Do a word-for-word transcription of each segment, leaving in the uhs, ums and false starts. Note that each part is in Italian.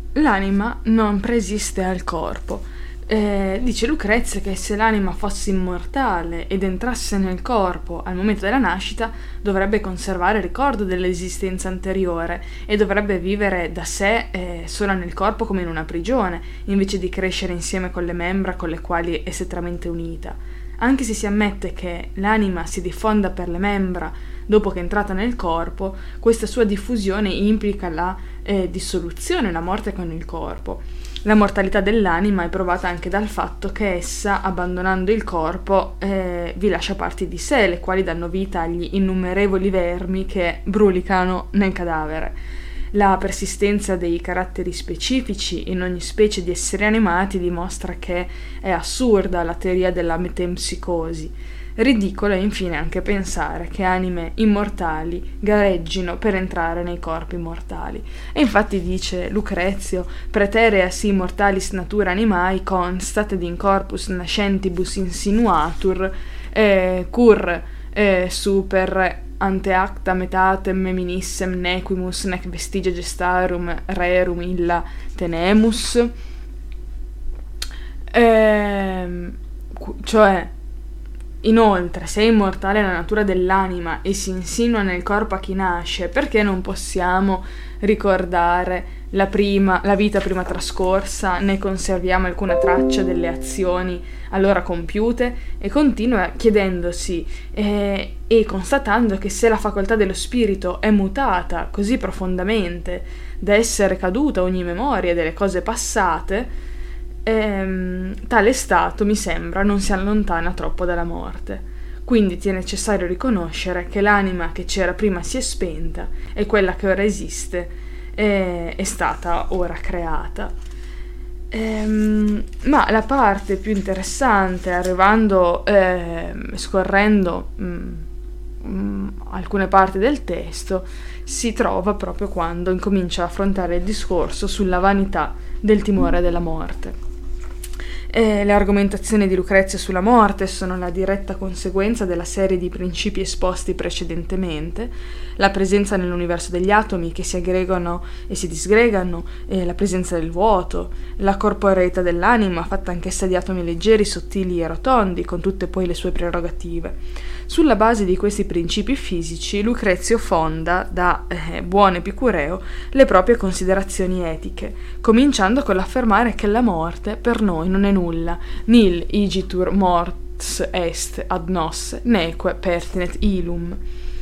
l'anima non preesiste al corpo. Eh, dice Lucrezia che se l'anima fosse immortale ed entrasse nel corpo al momento della nascita, dovrebbe conservare il ricordo dell'esistenza anteriore e dovrebbe vivere da sé eh, sola nel corpo come in una prigione, invece di crescere insieme con le membra con le quali è strettamente unita. Anche se si ammette che l'anima si diffonda per le membra dopo che è entrata nel corpo, questa sua diffusione implica la eh, dissoluzione, la morte con il corpo. La mortalità dell'anima è provata anche dal fatto che essa, abbandonando il corpo, eh, vi lascia parti di sé, le quali danno vita agli innumerevoli vermi che brulicano nel cadavere. La persistenza dei caratteri specifici in ogni specie di esseri animati dimostra che è assurda la teoria della metempsicosi. Ridicolo è infine anche pensare che anime immortali gareggino per entrare nei corpi mortali. E infatti dice Lucrezio: praeterea si mortalis natura animae constat ed in corpus nascentibus insinuatur eh, cur eh, super ante acta metatem meminissem nequimus nec vestigia gestarum rerum illa tenemus. Eh, cioè Inoltre, se è immortale la natura dell'anima e si insinua nel corpo a chi nasce, perché non possiamo ricordare la, prima, la vita prima trascorsa, né conserviamo alcuna traccia delle azioni allora compiute? E continua chiedendosi eh, e constatando che se la facoltà dello spirito è mutata così profondamente da essere caduta ogni memoria delle cose passate, Ehm, tale stato, mi sembra, non si allontana troppo dalla morte. Quindi ti è necessario riconoscere che l'anima che c'era prima si è spenta e quella che ora esiste è, è stata ora creata. Ehm, ma la parte più interessante, arrivando, eh, scorrendo mh, mh, alcune parti del testo, si trova proprio quando incomincia a affrontare il discorso sulla vanità del timore della morte. E le argomentazioni di Lucrezia sulla morte sono la diretta conseguenza della serie di principi esposti precedentemente: la presenza nell'universo degli atomi che si aggregano e si disgregano, e la presenza del vuoto, la corporeità dell'anima fatta anch'essa di atomi leggeri, sottili e rotondi, con tutte poi le sue prerogative. Sulla base di questi principi fisici, Lucrezio fonda, da eh, buon epicureo, le proprie considerazioni etiche, cominciando con l'affermare che la morte per noi non è nulla, nil igitur mors est ad nos, neque pertinet illum.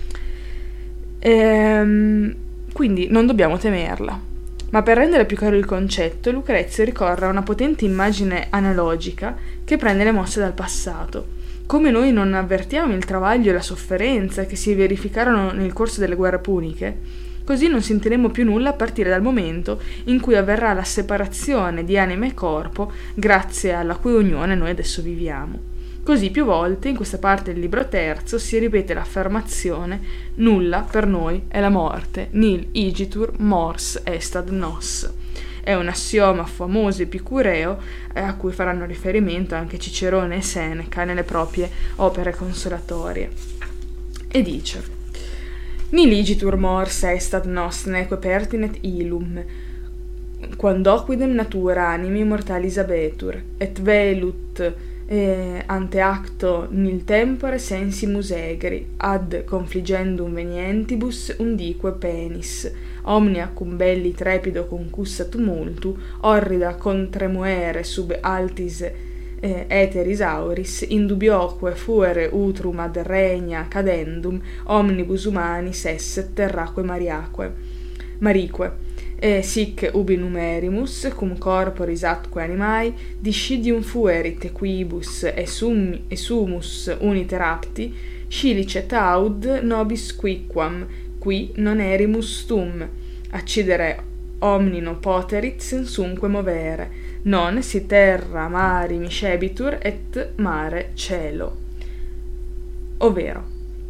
Ehm, quindi non dobbiamo temerla. Ma per rendere più chiaro il concetto, Lucrezio ricorre a una potente immagine analogica che prende le mosse dal passato. Come noi non avvertiamo il travaglio e la sofferenza che si verificarono nel corso delle guerre puniche, così non sentiremo più nulla a partire dal momento in cui avverrà la separazione di anima e corpo, grazie alla cui unione noi adesso viviamo. Così più volte in questa parte del libro terzo si ripete l'affermazione: nulla per noi è la morte, nil igitur mors est ad nos. È un assioma famoso epicureo eh, a cui faranno riferimento anche Cicerone e Seneca nelle proprie opere consolatorie. E dice: Nil igitur mors est ad nos neque pertinet illum, quandoquidem natura animi mortalis abetur, et velut eh, ante acto nil tempore sensimus egri, ad confligendum venientibus undique penis, omnia cum belli trepido concussa tumultu, orrida contremuere sub altis eh, eteris auris, indubioque fuere utrum ad regna cadendum, omnibus humanis esset terraque mariaque, marique, e sic ubi numerimus, cum corporis atque animae, discidium fuerit quibus e, sum, e sumus uniter apti, scilicet aud nobis quiquam, qui non erimus tum, accidere omnino poterit sensunque movere, non si terra mari miscebitur et mare cielo. Ovvero,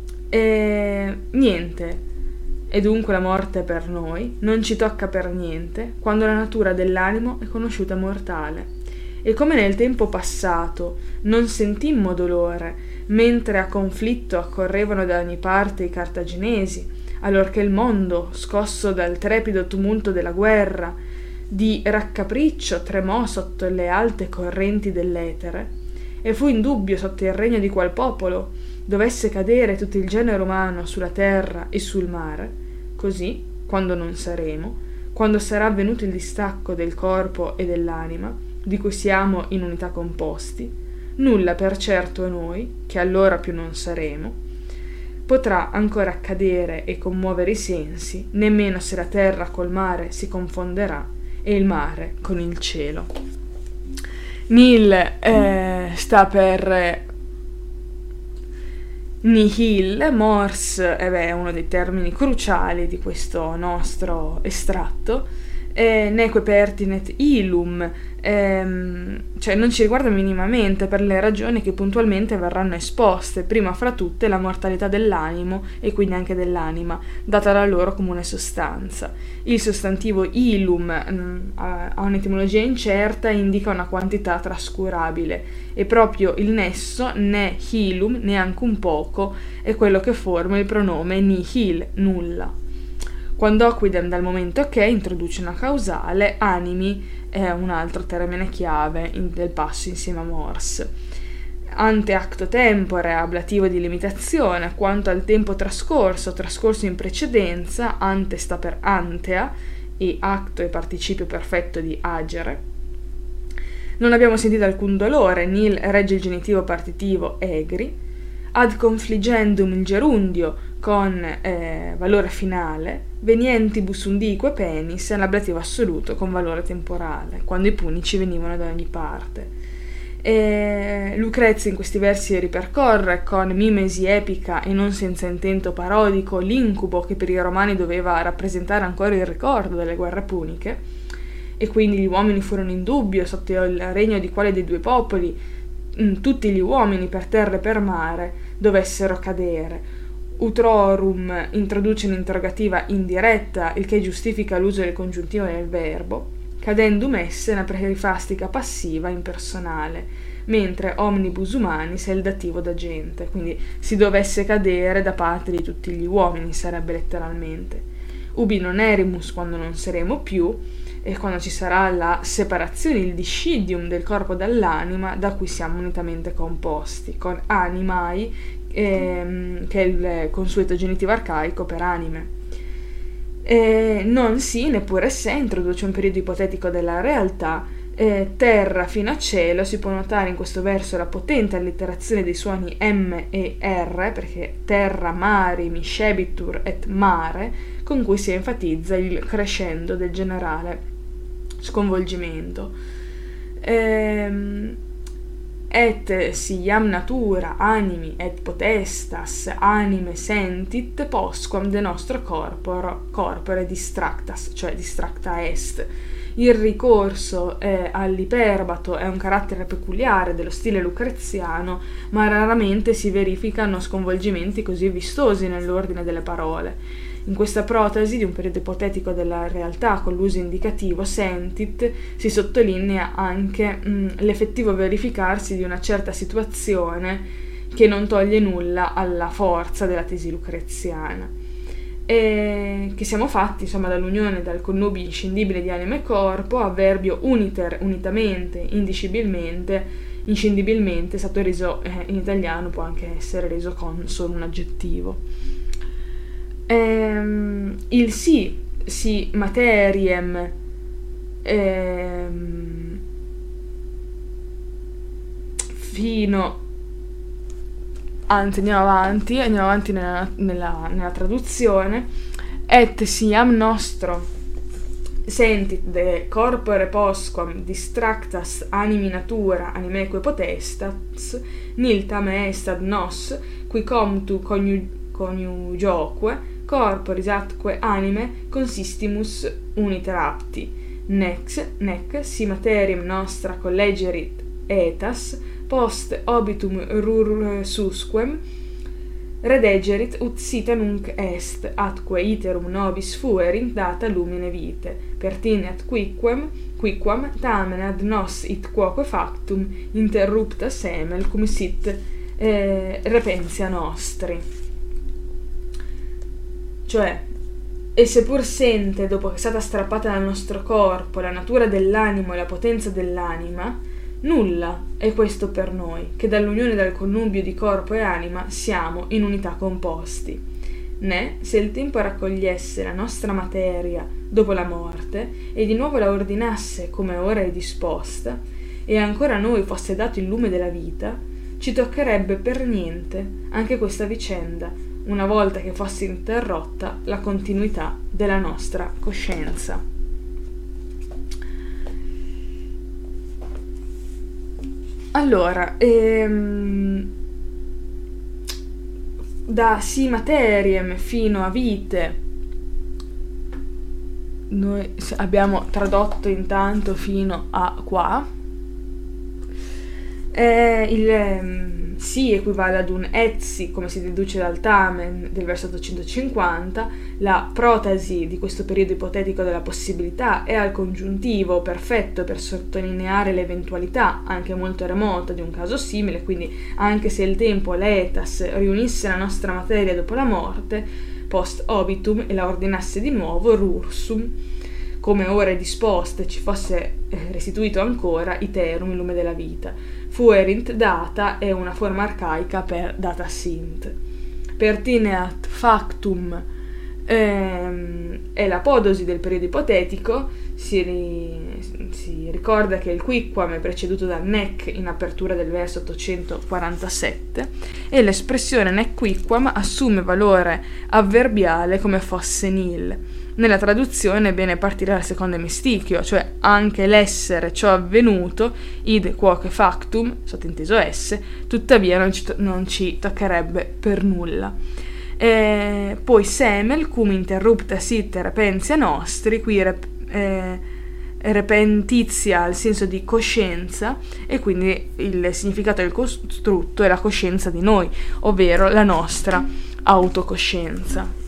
e niente, e dunque la morte per noi non ci tocca per niente quando la natura dell'animo è conosciuta mortale. E come nel tempo passato non sentimmo dolore mentre a conflitto accorrevano da ogni parte i cartaginesi, allorché il mondo, scosso dal trepido tumulto della guerra, di raccapriccio tremò sotto le alte correnti dell'etere, e fu in dubbio sotto il regno di qual popolo dovesse cadere tutto il genere umano sulla terra e sul mare, così, quando non saremo, quando sarà avvenuto il distacco del corpo e dell'anima, di cui siamo in unità composti, nulla per certo a noi, che allora più non saremo, potrà ancora accadere e commuovere i sensi, nemmeno se la terra col mare si confonderà e il mare con il cielo. Nil eh, sta per nihil, mors eh beh, è uno dei termini cruciali di questo nostro estratto, eh, neque pertinet illum, ehm, cioè non ci riguarda minimamente per le ragioni che puntualmente verranno esposte, prima fra tutte la mortalità dell'animo e quindi anche dell'anima, data la loro comune sostanza. Il sostantivo illum mh, ha un'etimologia incerta e indica una quantità trascurabile, e proprio il nesso, né hilum, neanche un poco, è quello che forma il pronome nihil, nulla. Quand'ocquidem dal momento che introduce una causale, animi è un altro termine chiave in, del passo insieme a mors. Ante acto tempore, ablativo di limitazione, quanto al tempo trascorso, trascorso in precedenza, ante sta per antea, e acto è participio perfetto di agere. Non abbiamo sentito alcun dolore, nil regge il genitivo partitivo egri, ad confliggendum il gerundio con eh, valore finale, venientibus undique penis, l'ablativo assoluto con valore temporale, quando i punici venivano da ogni parte. E Lucrezia in questi versi ripercorre con mimesi epica e non senza intento parodico l'incubo che per i romani doveva rappresentare ancora il ricordo delle guerre puniche, e quindi gli uomini furono in dubbio sotto il regno di quale dei due popoli tutti gli uomini per terra e per mare dovessero cadere. Utrorum introduce un'interrogativa indiretta, il che giustifica l'uso del congiuntivo nel verbo, cadendum esse una perifastica passiva impersonale, mentre omnibus humanis è il dativo d'agente, quindi si dovesse cadere da parte di tutti gli uomini, sarebbe letteralmente. Ubi non erimus, quando non saremo più, e quando ci sarà la separazione, il discidium del corpo dall'anima, da cui siamo unitamente composti, con animai, ehm, che è il consueto genitivo arcaico per anime. E non si, neppure se, introduce un periodo ipotetico della realtà, eh, terra fino a cielo. Si può notare in questo verso la potente allitterazione dei suoni M e R, perché terra, mari, miscebitur et mare, con cui si enfatizza il crescendo del generale sconvolgimento. Ehm, et si iam natura animi et potestas anime sentit posquam de nostro corporo corpore distractas, cioè distracta est. Il ricorso eh, all'iperbato è un carattere peculiare dello stile lucreziano, ma raramente si verificano sconvolgimenti così vistosi nell'ordine delle parole. In questa protesi di un periodo ipotetico della realtà con l'uso indicativo sentit si sottolinea anche mh, l'effettivo verificarsi di una certa situazione che non toglie nulla alla forza della tesi lucreziana. E che siamo fatti insomma dall'unione, dal connubio inscindibile di anima e corpo, avverbio uniter, unitamente, indicibilmente, inscindibilmente, è stato reso eh, in italiano, può anche essere reso con solo un aggettivo. Ehm, il si, si materiem, ehm, fino, anzi andiamo avanti, andiamo avanti nella, nella, nella traduzione, et siam nostro sentit de corpore posquam distractas animi natura animeque potestas, nil tame est ad nos, qui comtu coniu, coniugioque, corporis atque anime consistimus uniter apti, nec, nec si materiem nostra collegerit etas, post obitum rursusquem, redegerit ut sita nunc est, atque iterum nobis fuerin data lumine vite, pertineat quiquem, quiquam tamen ad nos it quoque factum interrupta semel cum sit eh, repensia nostri. Cioè, E seppur sente, dopo che è stata strappata dal nostro corpo, la natura dell'animo e la potenza dell'anima, nulla è questo per noi, che dall'unione dal connubio di corpo e anima siamo in unità composti. Né, se il tempo raccogliesse la nostra materia dopo la morte e di nuovo la ordinasse come ora è disposta, e ancora a noi fosse dato il lume della vita, ci toccherebbe per niente anche questa vicenda, una volta che fosse interrotta la continuità della nostra coscienza. Allora, ehm, da si materiem fino a vite, noi abbiamo tradotto intanto fino a qua. Eh, il um, si equivale ad un etsi, come si deduce dal Tamen del versetto centocinquanta. La protasi di questo periodo ipotetico della possibilità è al congiuntivo perfetto per sottolineare l'eventualità, anche molto remota, di un caso simile. Quindi anche se il tempo, l'etas, riunisse la nostra materia dopo la morte, post obitum, e la ordinasse di nuovo, rursum, come ora è disposta e ci fosse restituito ancora, iterum, il lume della vita. Fuerint data è una forma arcaica per data sint. Pertineat factum ehm, è l'apodosi del periodo ipotetico. Si, ri, si ricorda che il quiquam è preceduto dal nec in apertura del verso ottocentoquarantasette e l'espressione nec quiquam assume valore avverbiale come fosse nil. Nella traduzione è bene partire dal secondo emistichio, cioè anche l'essere ciò avvenuto, id quoque factum, sottinteso esse, tuttavia non ci, to- non ci toccherebbe per nulla. E poi semel, cum interrupta sit repentia nostri, qui rep- eh, repentizia al senso di coscienza, e quindi il significato del costrutto è la coscienza di noi, ovvero la nostra autocoscienza.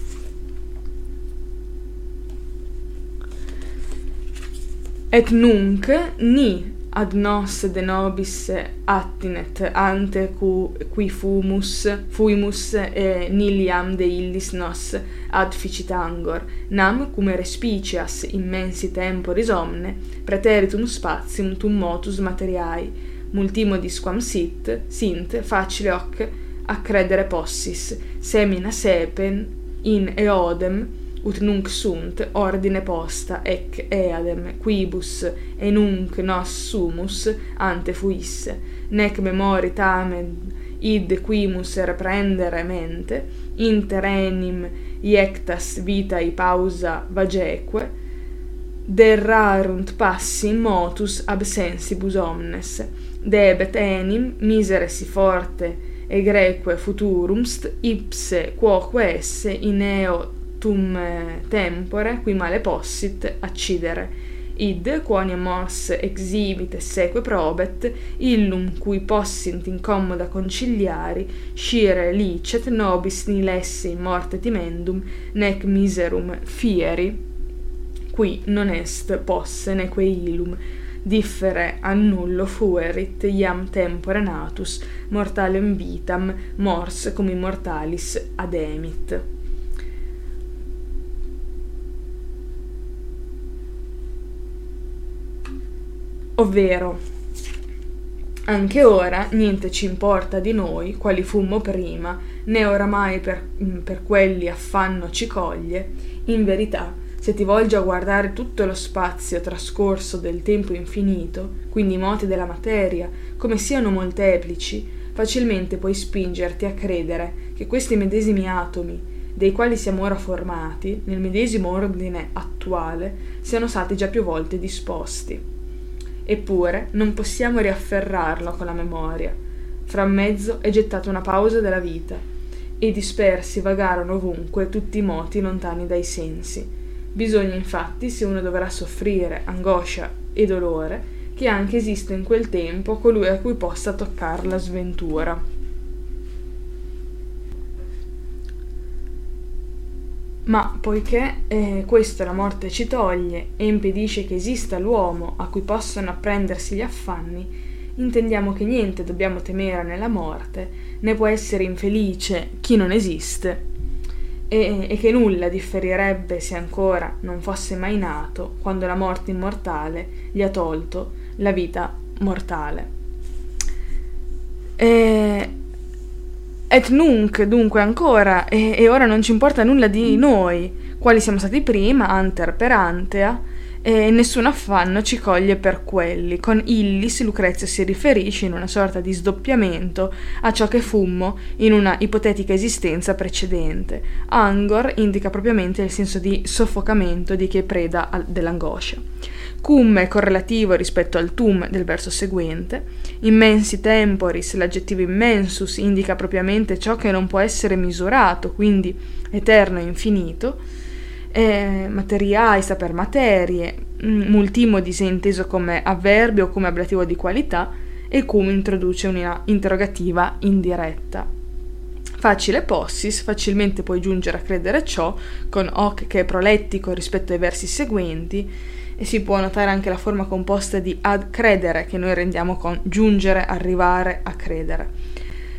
Et nunc ni ad nos de nobis attinet ante cu, qui fumus, fuimus e niliam de illis nos ad ficitangor, nam cum respicias immensi temporis omne, praeteritum spatium tum motus materiae, multimodis quam sit, sint, facile hoc accredere possis, semina sepen in eodem, ut nunc sunt ordine posta ec eadem quibus e nunc nos sumus ante fuisse, nec memori tamen id quimus reprendere mente, inter enim iectas vitae pausa vageque, derrarunt passi motus absensibus omnes, debet enim misere si forte egreque futurumst ipse quoque esse in eo tum tempore qui male possit accidere, id quoniam mors exhibit et seque probet, illum cui possint incommoda conciliari, scire licet nobis nilesse in morte timendum, nec miserum fieri, qui non est posse neque illum, differe a nullo fuerit iam tempore natus, mortalem vitam mors cum immortalis ademit. Ovvero, anche ora niente ci importa di noi, quali fummo prima, né oramai per, per quelli affanno ci coglie. In verità, se ti volgi a guardare tutto lo spazio trascorso del tempo infinito, quindi i moti della materia, come siano molteplici, facilmente puoi spingerti a credere che questi medesimi atomi, dei quali siamo ora formati, nel medesimo ordine attuale, siano stati già più volte disposti. Eppure non possiamo riafferrarlo con la memoria. Fra mezzo è gettata una pausa della vita, e dispersi vagarono ovunque tutti i moti lontani dai sensi. Bisogna infatti, se uno dovrà soffrire angoscia e dolore, che anche esiste in quel tempo colui a cui possa toccar la sventura. Ma poiché eh, questo la morte ci toglie e impedisce che esista l'uomo a cui possono apprendersi gli affanni, intendiamo che niente dobbiamo temere nella morte, né può essere infelice chi non esiste. e, e che nulla differirebbe se ancora non fosse mai nato quando la morte immortale gli ha tolto la vita mortale. E, et nunc, dunque ancora, e, e ora non ci importa nulla di noi, quali siamo stati prima, anter per antea, e nessun affanno ci coglie per quelli. Con illis Lucrezia si riferisce in una sorta di sdoppiamento a ciò che fummo in una ipotetica esistenza precedente. Angor indica propriamente il senso di soffocamento di chi è preda al- dell'angoscia. Cum è correlativo rispetto al tum del verso seguente. Immensi temporis, l'aggettivo immensus indica propriamente ciò che non può essere misurato, quindi eterno e infinito. Eh, materiai sta per materie, multimodis è inteso come avverbio o come ablativo di qualità, e cum introduce una interrogativa indiretta. Facile possis, facilmente puoi giungere a credere ciò, con hoc che è prolettico rispetto ai versi seguenti, e si può notare anche la forma composta di ad credere, che noi rendiamo con giungere, arrivare a credere.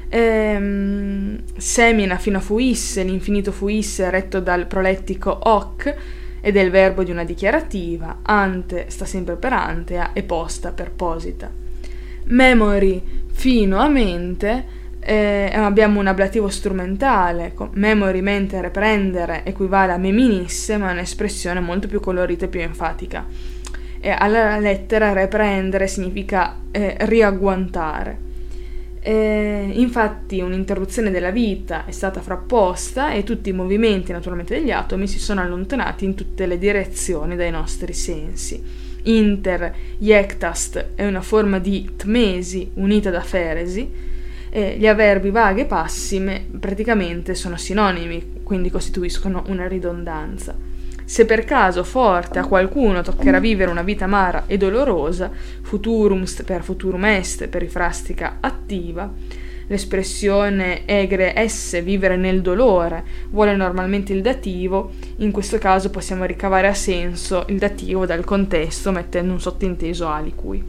Ehm, semina fino a fuisse, l'infinito fuisse retto dal prolettico hoc ed è il verbo di una dichiarativa, ante sta sempre per antea e posta per posita. Memory fino a mente, eh, abbiamo un ablativo strumentale, memory mente reprendere equivale a meminisse, ma è un'espressione molto più colorita e più enfatica. E alla lettera reprendere significa eh, riagguantare. Eh, infatti un'interruzione della vita è stata frapposta e tutti i movimenti naturalmente degli atomi si sono allontanati in tutte le direzioni dai nostri sensi. Inter iectast è una forma di tmesi unita da feresi, e gli avverbi vaghe e passime praticamente sono sinonimi, quindi costituiscono una ridondanza. Se per caso forte a qualcuno toccherà vivere una vita amara e dolorosa, futurum per futurum est, per ifrastica attiva, l'espressione egre esse, vivere nel dolore, vuole normalmente il dativo, in questo caso possiamo ricavare a senso il dativo dal contesto mettendo un sottinteso aliqui.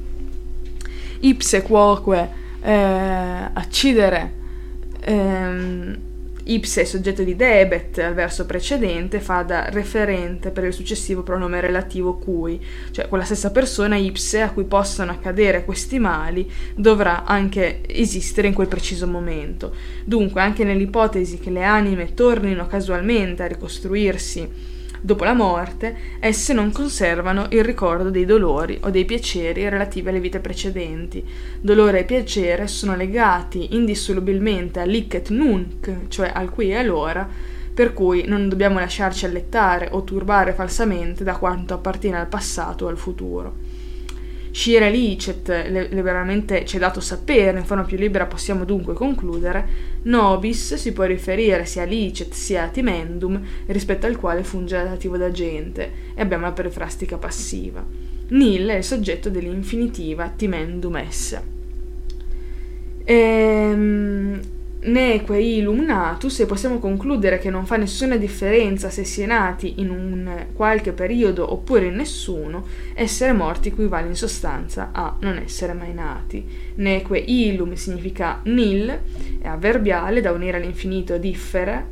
Ipse quoque eh, accidere ehm, ipse, soggetto di debet, al verso precedente, fa da referente per il successivo pronome relativo cui, cioè quella stessa persona ipse a cui possano accadere questi mali dovrà anche esistere in quel preciso momento. Dunque, anche nell'ipotesi che le anime tornino casualmente a ricostruirsi dopo la morte, esse non conservano il ricordo dei dolori o dei piaceri relativi alle vite precedenti. Dolore e piacere sono legati indissolubilmente all'hic et nunc, cioè al qui e all'ora, per cui non dobbiamo lasciarci allettare o turbare falsamente da quanto appartiene al passato o al futuro. Scire licet, liberamente ci è dato sapere, in forma più libera possiamo dunque concludere, nobis si può riferire sia a licet sia a timendum, rispetto al quale funge l'adativo d'agente, e abbiamo la perifrastica passiva. Nil è il soggetto dell'infinitiva timendum esse. Ehm... Neque ilum natus, e possiamo concludere che non fa nessuna differenza se si è nati in un qualche periodo oppure in nessuno, essere morti equivale in sostanza a non essere mai nati. Neque ilum significa nil, è avverbiale da unire all'infinito differe,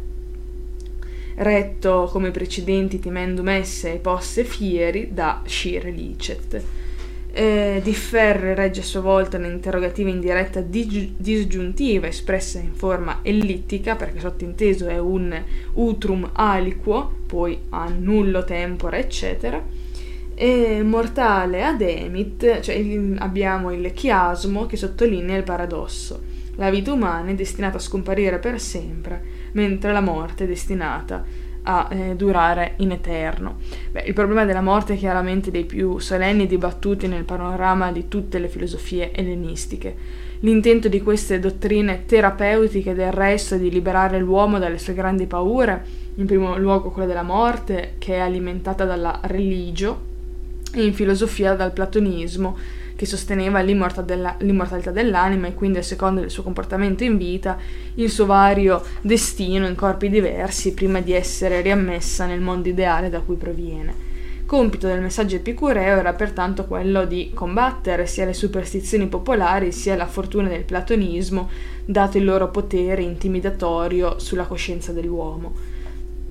retto come i precedenti timendum esse e posse fieri da scire licet. Eh, differre regge a sua volta un'interrogativa indiretta dig- disgiuntiva espressa in forma ellittica, perché sottinteso è un utrum aliquo, poi a nullo tempore eccetera, e mortale ademit, cioè il, abbiamo il chiasmo che sottolinea il paradosso. La vita umana è destinata a scomparire per sempre, mentre la morte è destinata a eh, durare in eterno. Beh, il problema della morte è chiaramente dei più solenni e dibattuti nel panorama di tutte le filosofie ellenistiche. L'intento di queste dottrine terapeutiche del resto è di liberare l'uomo dalle sue grandi paure, in primo luogo quella della morte, che è alimentata dalla religio, e in filosofia dal platonismo, che sosteneva l'immortalità dell'anima e quindi, a seconda del suo comportamento in vita, il suo vario destino in corpi diversi prima di essere riammessa nel mondo ideale da cui proviene. Compito del messaggio epicureo era pertanto quello di combattere sia le superstizioni popolari sia la fortuna del platonismo, dato il loro potere intimidatorio sulla coscienza dell'uomo.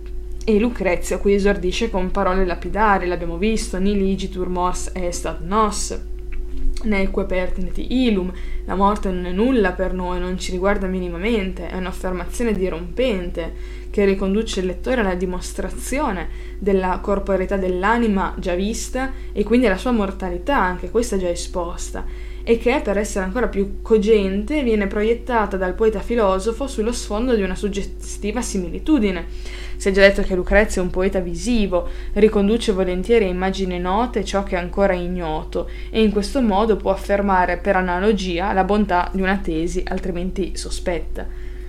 E Lucrezia qui esordisce con parole lapidari, l'abbiamo visto, nihil igitur mors est nos, neque pertinet illum, la morte non è nulla per noi, non ci riguarda minimamente, è un'affermazione dirompente che riconduce il lettore alla dimostrazione della corporeità dell'anima già vista e quindi alla sua mortalità, anche questa già esposta, e che, per essere ancora più cogente, viene proiettata dal poeta filosofo sullo sfondo di una suggestiva similitudine. Si è già detto che Lucrezia è un poeta visivo, riconduce volentieri a immagini note ciò che è ancora ignoto, e in questo modo può affermare per analogia la bontà di una tesi altrimenti sospetta.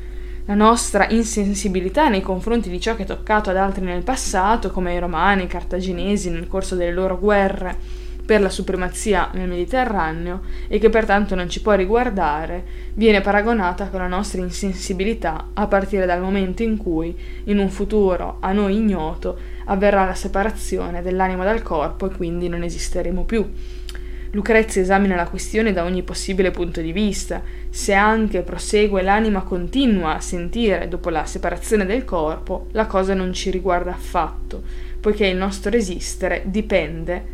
La nostra insensibilità nei confronti di ciò che è toccato ad altri nel passato, come i romani, i cartaginesi nel corso delle loro guerre per la supremazia nel Mediterraneo, e che pertanto non ci può riguardare, viene paragonata con la nostra insensibilità a partire dal momento in cui, in un futuro a noi ignoto, avverrà la separazione dell'anima dal corpo e quindi non esisteremo più. Lucrezia esamina la questione da ogni possibile punto di vista. Se anche prosegue l'anima continua a sentire dopo la separazione del corpo, la cosa non ci riguarda affatto, poiché il nostro esistere dipende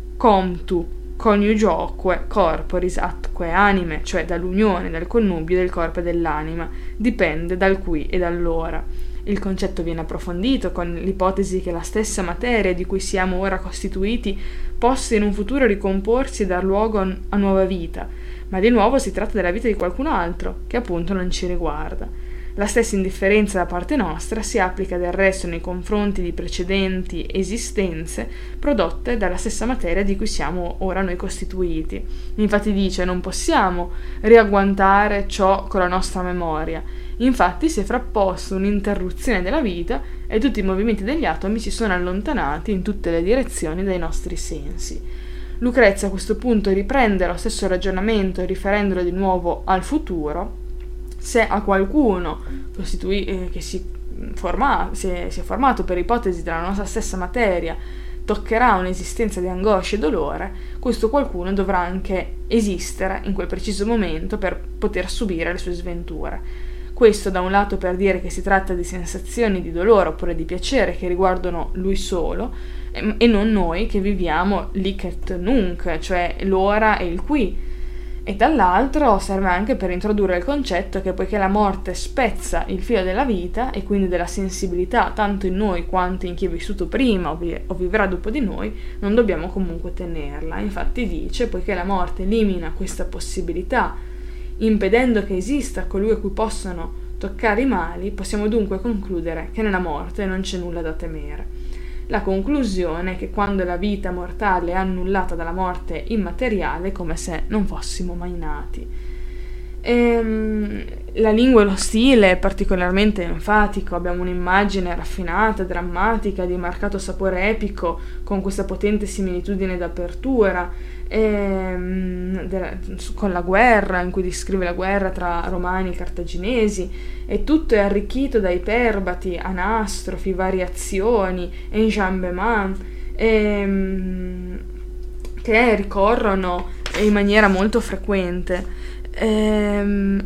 comtu coniugioque corporis atque anime, cioè dall'unione, dal connubio del corpo e dell'anima, dipende dal qui e dall'ora. Il concetto viene approfondito con l'ipotesi che la stessa materia di cui siamo ora costituiti possa in un futuro ricomporsi e dar luogo a nuova vita, ma di nuovo si tratta della vita di qualcun altro, che appunto non ci riguarda. La stessa indifferenza da parte nostra si applica del resto nei confronti di precedenti esistenze prodotte dalla stessa materia di cui siamo ora noi costituiti. Infatti dice: non possiamo riagguantare ciò con la nostra memoria. Infatti si è frapposto un'interruzione della vita e tutti i movimenti degli atomi si sono allontanati in tutte le direzioni dai nostri sensi. Lucrezia a questo punto riprende lo stesso ragionamento riferendolo di nuovo al futuro. Se a qualcuno costituì, eh, che si, forma, si, è, si è formato per ipotesi della nostra stessa materia toccherà un'esistenza di angoscia e dolore, questo qualcuno dovrà anche esistere in quel preciso momento per poter subire le sue sventure. Questo da un lato per dire che si tratta di sensazioni di dolore oppure di piacere che riguardano lui solo e, e non noi che viviamo l'hic et nunc, cioè l'ora e il qui. E dall'altro serve anche per introdurre il concetto che poiché la morte spezza il filo della vita e quindi della sensibilità tanto in noi quanto in chi è vissuto prima o, vi- o vivrà dopo di noi, non dobbiamo comunque tenerla. Infatti dice: poiché la morte elimina questa possibilità, impedendo che esista colui a cui possono toccare i mali, possiamo dunque concludere che nella morte non c'è nulla da temere. La conclusione è che quando la vita mortale è annullata dalla morte immateriale, è come se non fossimo mai nati. Ehm, la lingua e lo stile è particolarmente enfatico, abbiamo un'immagine raffinata, drammatica, di marcato sapore epico, con questa potente similitudine d'apertura, ehm, de- con la guerra, in cui descrive la guerra tra romani e cartaginesi, e tutto è arricchito da iperbati, anastrofi, variazioni, enjambement, ehm, che ricorrono in maniera molto frequente. Ehm,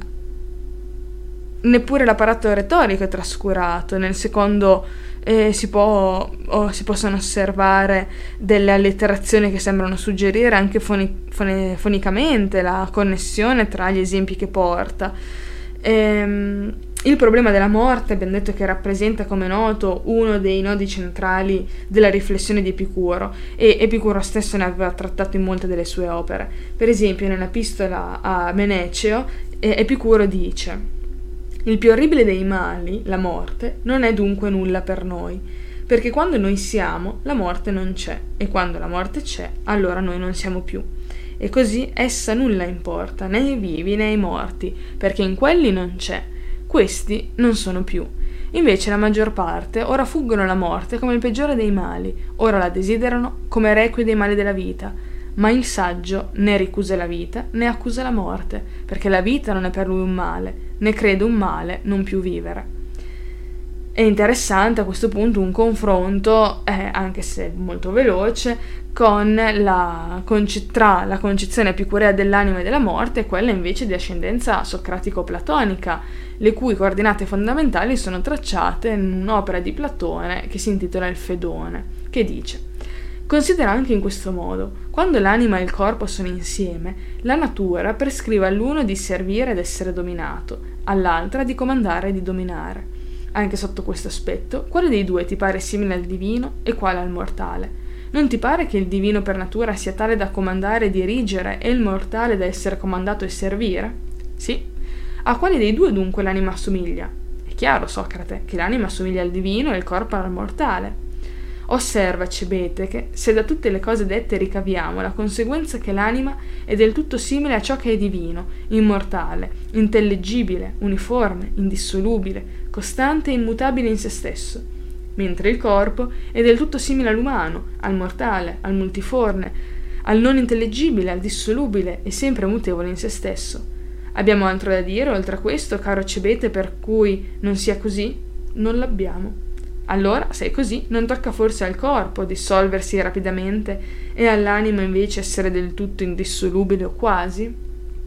neppure l'apparato retorico è trascurato. Nel secondo eh, si, può, o si possono osservare delle allitterazioni che sembrano suggerire anche foni, fone, fonicamente la connessione tra gli esempi che porta. Ehm, il problema della morte, abbiamo detto che rappresenta, come noto, uno dei nodi centrali della riflessione di Epicuro, e Epicuro stesso ne aveva trattato in molte delle sue opere. Per esempio, nell'epistola a Meneceo, Epicuro dice: il più orribile dei mali, la morte, non è dunque nulla per noi, perché quando noi siamo, la morte non c'è, e quando la morte c'è, allora noi non siamo più. E così essa nulla importa, né ai vivi né ai morti, perché in quelli non c'è. Questi non sono più. Invece la maggior parte ora fuggono la morte come il peggiore dei mali, ora la desiderano come requie dei mali della vita. Ma il saggio né ricusa la vita né accusa la morte, perché la vita non è per lui un male, né crede un male non più vivere. È interessante a questo punto un confronto, eh, anche se molto veloce, con la conce- tra la concezione epicurea dell'anima e della morte e quella invece di ascendenza socratico-platonica, le cui coordinate fondamentali sono tracciate in un'opera di Platone che si intitola Il Fedone, che dice: considera anche in questo modo, quando l'anima e il corpo sono insieme, la natura prescrive all'uno di servire ed essere dominato, all'altra di comandare e di dominare. Anche sotto questo aspetto, quale dei due ti pare simile al divino e quale al mortale? Non ti pare che il divino per natura sia tale da comandare e dirigere e il mortale da essere comandato e servire? Sì. A quale dei due dunque l'anima assomiglia? È chiaro, Socrate, che l'anima assomiglia al divino e il corpo al mortale. Osserva, Cebete, che se da tutte le cose dette ricaviamo la conseguenza che l'anima è del tutto simile a ciò che è divino, immortale, intellegibile, uniforme, indissolubile, costante e immutabile in se stesso, mentre il corpo è del tutto simile all'umano, al mortale, al multiforme, al non intellegibile, al dissolubile e sempre mutevole in se stesso. Abbiamo altro da dire oltre a questo, caro Cebete, per cui non sia così? Non l'abbiamo. Allora, se è così, non tocca forse al corpo dissolversi rapidamente e all'anima invece essere del tutto indissolubile o quasi?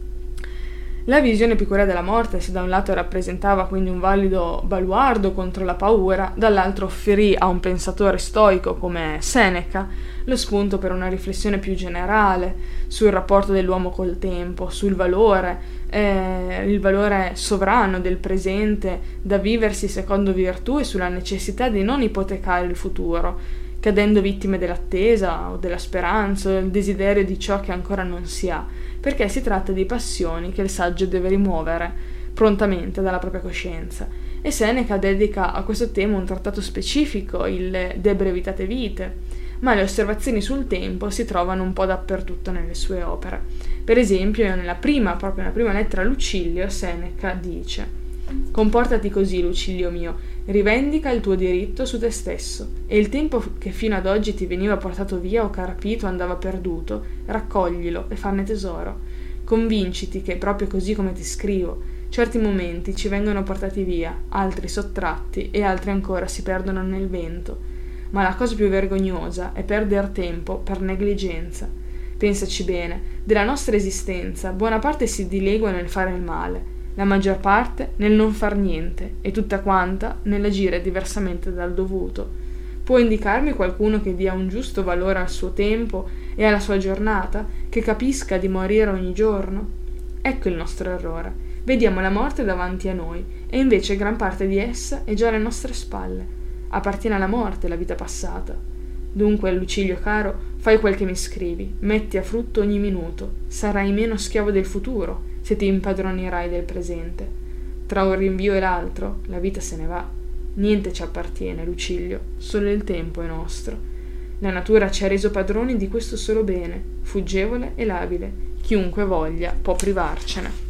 La visione epicurea della morte, se da un lato rappresentava quindi un valido baluardo contro la paura, dall'altro offrì a un pensatore stoico come Seneca lo spunto per una riflessione più generale sul rapporto dell'uomo col tempo, sul valore, eh, il valore sovrano del presente da viversi secondo virtù e sulla necessità di non ipotecare il futuro, cadendo vittime dell'attesa o della speranza o del desiderio di ciò che ancora non si ha, perché si tratta di passioni che il saggio deve rimuovere prontamente dalla propria coscienza. E Seneca dedica a questo tema un trattato specifico, il De Brevitate Vitae, ma le osservazioni sul tempo si trovano un po' dappertutto nelle sue opere. Per esempio, nella prima, proprio nella prima lettera a Lucilio, Seneca dice: comportati così, Lucilio mio, rivendica il tuo diritto su te stesso, e il tempo che fino ad oggi ti veniva portato via o carpito andava perduto, raccoglilo e farne tesoro. Convinciti che, proprio così come ti scrivo, certi momenti ci vengono portati via, altri sottratti e altri ancora si perdono nel vento. Ma la cosa più vergognosa è perder tempo per negligenza. Pensaci bene, della nostra esistenza buona parte si dilegua nel fare il male, la maggior parte nel non far niente e tutta quanta nell'agire diversamente dal dovuto. Può indicarmi qualcuno che dia un giusto valore al suo tempo e alla sua giornata, che capisca di morire ogni giorno? Ecco il nostro errore. Vediamo la morte davanti a noi e invece gran parte di essa è già alle nostre spalle. Appartiene alla morte la vita passata. Dunque, Lucilio caro, fai quel che mi scrivi, metti a frutto ogni minuto, sarai meno schiavo del futuro se ti impadronirai del presente. Tra un rinvio e l'altro, la vita se ne va. Niente ci appartiene, Lucilio, solo il tempo è nostro. La natura ci ha reso padroni di questo solo bene, fuggevole e labile. Chiunque voglia può privarcene.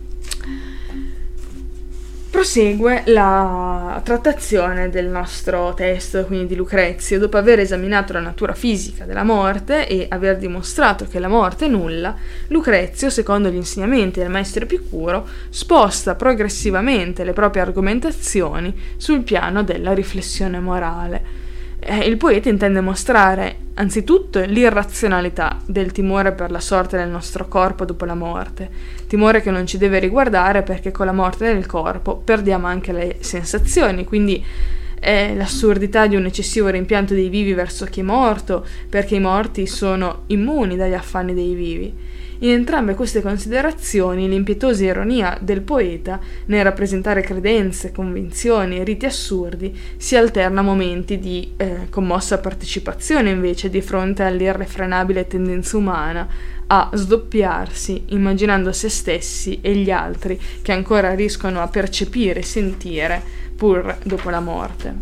Prosegue la trattazione del nostro testo, quindi di Lucrezio. Dopo aver esaminato la natura fisica della morte e aver dimostrato che la morte è nulla, Lucrezio, secondo gli insegnamenti del maestro Epicuro, sposta progressivamente le proprie argomentazioni sul piano della riflessione morale. Eh, il poeta intende mostrare anzitutto l'irrazionalità del timore per la sorte del nostro corpo dopo la morte, timore che non ci deve riguardare perché con la morte del corpo perdiamo anche le sensazioni, quindi è l'assurdità di un eccessivo rimpianto dei vivi verso chi è morto, perché i morti sono immuni dagli affanni dei vivi. In entrambe queste considerazioni l'impietosa ironia del poeta nel rappresentare credenze, convinzioni e riti assurdi si alterna a momenti di eh, commossa partecipazione invece di fronte all'irrefrenabile tendenza umana a sdoppiarsi immaginando se stessi e gli altri che ancora riescono a percepire e sentire pur dopo la morte.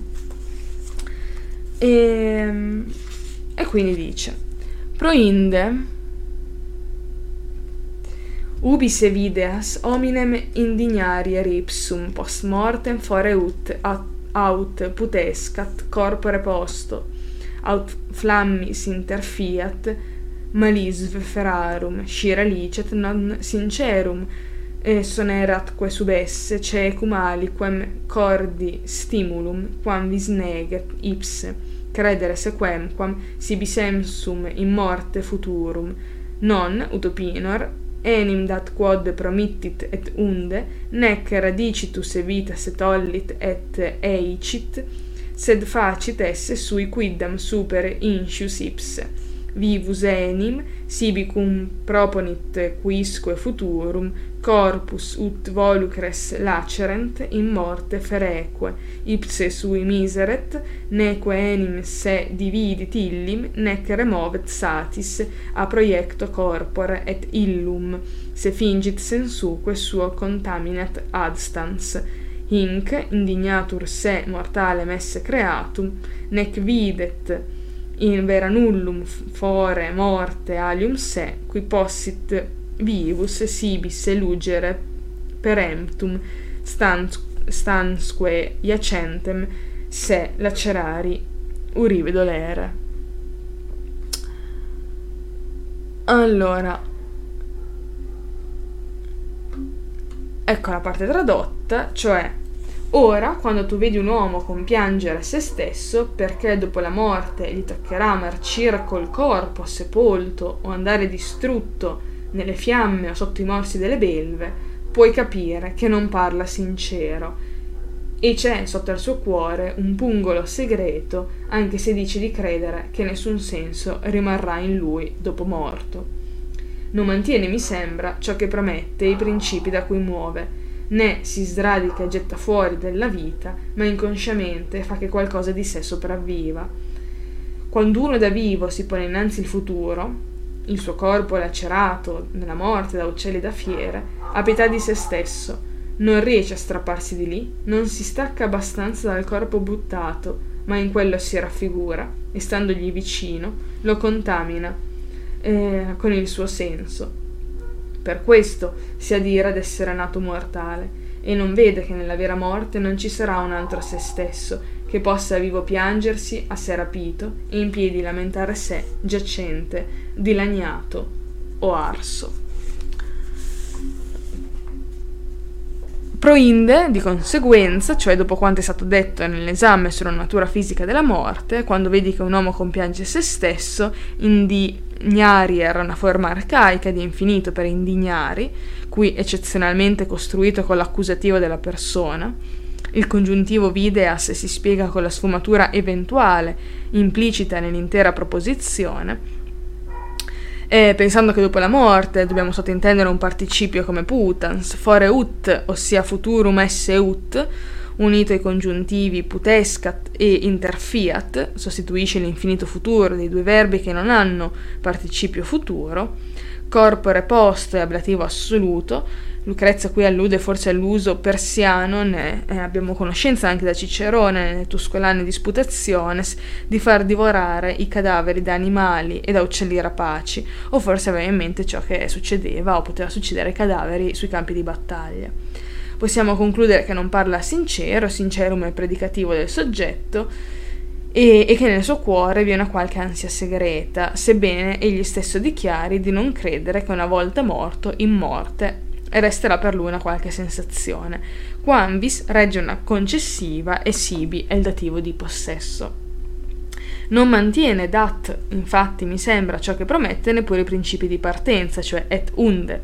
E, e quindi dice: proinde ubi se videas hominem indignarie ripsum post mortem fore ut aut putescat corpore posto aut flammis interfiat malis ferarum scira licet non sincerum e soneratque sub esse, cecum aliquem cordi stimulum, quam vis neget ipse, credere sequemquam sibi sensum in morte futurum, non, utopinor, enim dat quod promittit et unde, nec radicitus e vitas et tollit et eicit, sed facit esse sui quidam super inscius ipse. Vivus enim, sibi cum proponit quisque futurum, corpus ut volucres lacerent in morte fereque, ipse sui miseret, neque enim se dividit illim, nec removet satis a proiecto corpore et illum, se fingit sensuque suo contaminat adstans, hinc indignatur se mortalem esse creatum, nec videt in vera nullum fore morte alium se, qui possit vivus sibis elugere peremptum stans, stansque iacentem se lacerari urive dolere. Allora, ecco la parte tradotta, cioè: ora, quando tu vedi un uomo compiangere se stesso perché dopo la morte gli toccherà marcire col corpo sepolto o andare distrutto nelle fiamme o sotto i morsi delle belve, puoi capire che non parla sincero e c'è sotto il suo cuore un pungolo segreto, anche se dice di credere che nessun senso rimarrà in lui dopo morto. Non mantiene, mi sembra, ciò che promette e i principi da cui muove, né si sradica e getta fuori della vita, ma inconsciamente fa che qualcosa di sé sopravviva. Quando uno da vivo si pone innanzi il futuro, il suo corpo lacerato nella morte da uccelli e da fiere, ha pietà di se stesso, non riesce a strapparsi di lì, non si stacca abbastanza dal corpo buttato, ma in quello si raffigura e, standogli vicino, lo contamina eh, con il suo senso. Per questo si adira d'essere nato mortale e non vede che nella vera morte non ci sarà un altro se stesso che possa a vivo piangersi a sé rapito e in piedi lamentare sé giacente, dilaniato o arso. Proinde, di conseguenza, cioè dopo quanto è stato detto nell'esame sulla natura fisica della morte, quando vedi che un uomo compiange se stesso, indignari era una forma arcaica di infinito per indignari, qui eccezionalmente costruito con l'accusativo della persona. Il congiuntivo videas si spiega con la sfumatura eventuale implicita nell'intera proposizione, e pensando che dopo la morte dobbiamo sottintendere un participio come putans, fore ut, ossia futurum esse ut, unito ai congiuntivi putescat e interfiat, sostituisce l'infinito futuro dei due verbi che non hanno participio futuro, corpore posto e ablativo assoluto. Lucrezia qui allude forse all'uso persiano, ne eh, abbiamo conoscenza anche da Cicerone nelle Tuscolane Disputationes, di far divorare i cadaveri da animali e da uccelli rapaci, o forse aveva in mente ciò che succedeva o poteva succedere ai cadaveri sui campi di battaglia. Possiamo concludere che non parla sincero, sincerum è predicativo del soggetto, e, e che nel suo cuore vi è una qualche ansia segreta, sebbene egli stesso dichiari di non credere che una volta morto, in morte, e resterà per lui una qualche sensazione. Quamvis regge una concessiva e sibi è il dativo di possesso. Non mantiene dat, infatti, mi sembra, ciò che promette neppure i principi di partenza, cioè et unde.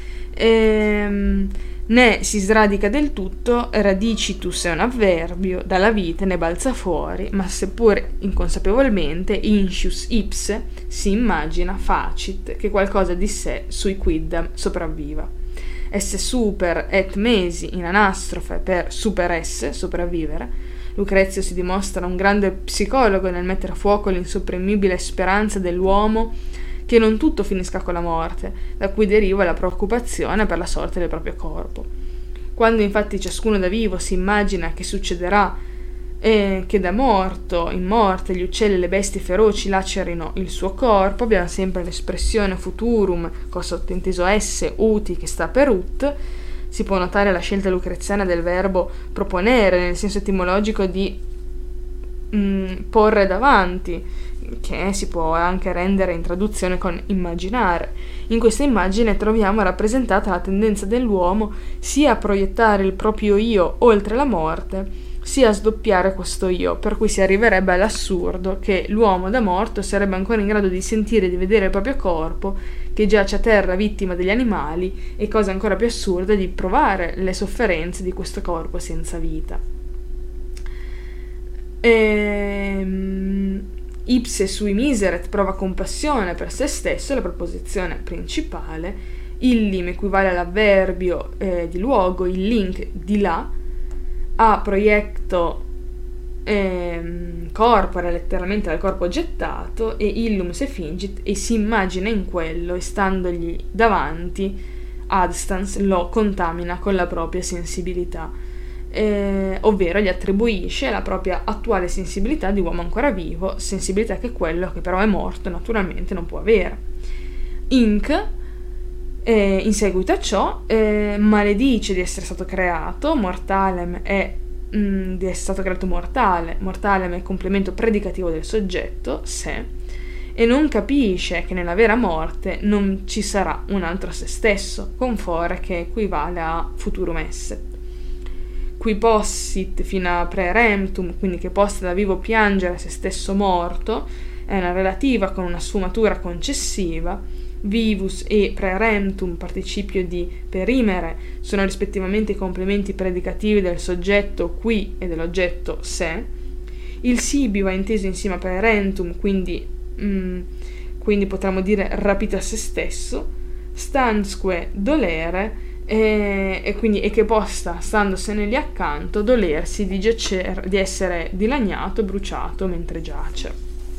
Ehm, né si sradica del tutto, radicitus è un avverbio, dalla vite ne balza fuori, ma seppur inconsapevolmente, inscius ipse, si immagina, facit, che qualcosa di sé sui quidam sopravviva. Esse super et mesi in anastrofe per super esse, sopravvivere. Lucrezio si dimostra un grande psicologo nel mettere a fuoco l'insopprimibile speranza dell'uomo che non tutto finisca con la morte, da cui deriva la preoccupazione per la sorte del proprio corpo. Quando infatti ciascuno da vivo si immagina che succederà e che da morto in morte gli uccelli e le bestie feroci lacerino il suo corpo, abbiamo sempre l'espressione futurum con sottinteso esse, uti, che sta per ut. Si può notare la scelta lucreziana del verbo proponere, nel senso etimologico di mh, porre davanti, che si può anche rendere in traduzione con immaginare. In questa immagine troviamo rappresentata la tendenza dell'uomo sia a proiettare il proprio io oltre la morte, sia a sdoppiare questo io, per cui si arriverebbe all'assurdo che l'uomo da morto sarebbe ancora in grado di sentire e di vedere il proprio corpo che giace a terra vittima degli animali, e cosa ancora più assurda, di provare le sofferenze di questo corpo senza vita. Ehm... Ipse sui miseret prova compassione per se stesso, la proposizione principale. Illim equivale all'avverbio eh, di luogo, il link di là, a proiecto eh, corpora letteralmente dal corpo gettato, e illum se fingit, e si immagina in quello, e standogli davanti adstans lo contamina con la propria sensibilità. Eh, ovvero gli attribuisce la propria attuale sensibilità di uomo ancora vivo, sensibilità che quello che però è morto naturalmente non può avere. Inc, eh, in seguito a ciò, eh, maledice di essere stato creato, mortalem è mh, di essere stato creato mortale, mortalem è il complemento predicativo del soggetto, se, e non capisce che nella vera morte non ci sarà un altro se stesso, con fore che equivale a futurum esse. Qui possit fino a preremptum, quindi che possa da vivo piangere se stesso morto, è una relativa con una sfumatura concessiva. Vivus e preremptum, participio di perimere, sono rispettivamente i complementi predicativi del soggetto qui e dell'oggetto se. Il sibi va inteso insieme a preremptum, quindi, mm, quindi potremmo dire rapito a se stesso. Stansque dolere, E, e quindi e che possa, standosene lì accanto, dolersi di, giacer, di essere dilaniato, bruciato mentre giace.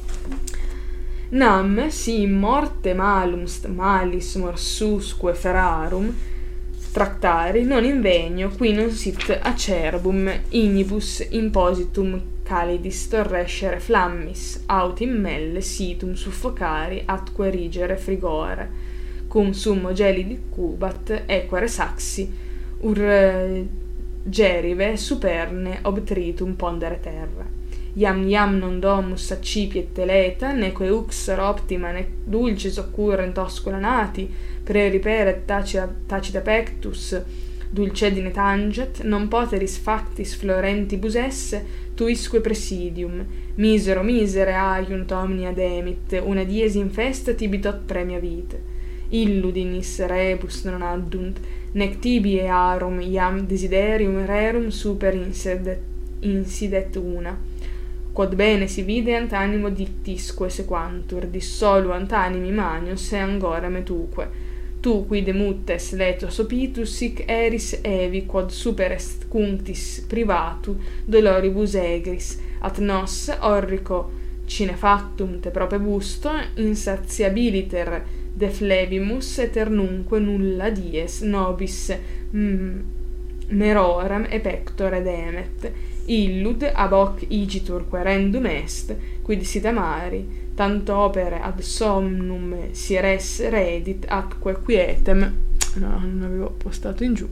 Nam si morte malum st malis morsusque ferarum tractari non invegno qui non sit acerbum ignibus impositum calidis torrescere flammis aut immelle situm suffocari atque rigere frigore cum summo gelidi cubat equare saxi ur gerive superne obtritum pondere terra. Iam iam non domus accipiet teleta, neque uxer optima nec dulcis occurrent oscula nati, preriperet tacita, tacita pectus, dulcedine tanget, non poteris factis florentibus esse, tuisque presidium, misero misere aiunt omnia demit, una dies infesta tibitot premia vite. Illudinis rebus non addunt, nec tibi earum iam desiderium rerum super insidet, insidet una. Quod bene si videant animo dictisque sequantur, dissoluant animi manius e angora metuque. Tu qui demutes letos opitus sic eris evi quod super est cunctis privatu doloribus egris, at nos orrico cinefactum te prope busto insatiabiliter deflebimus eternunque nulla dies nobis mm, meroram e pectore demet illud ab hoc igitur querendum est quid sit amari tanto opere ad somnum si res redit atque quietem. No, non avevo postato in giù.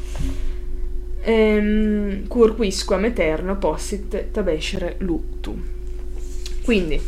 ehm, cur quisquam eterno possit tabescere luctu. Quindi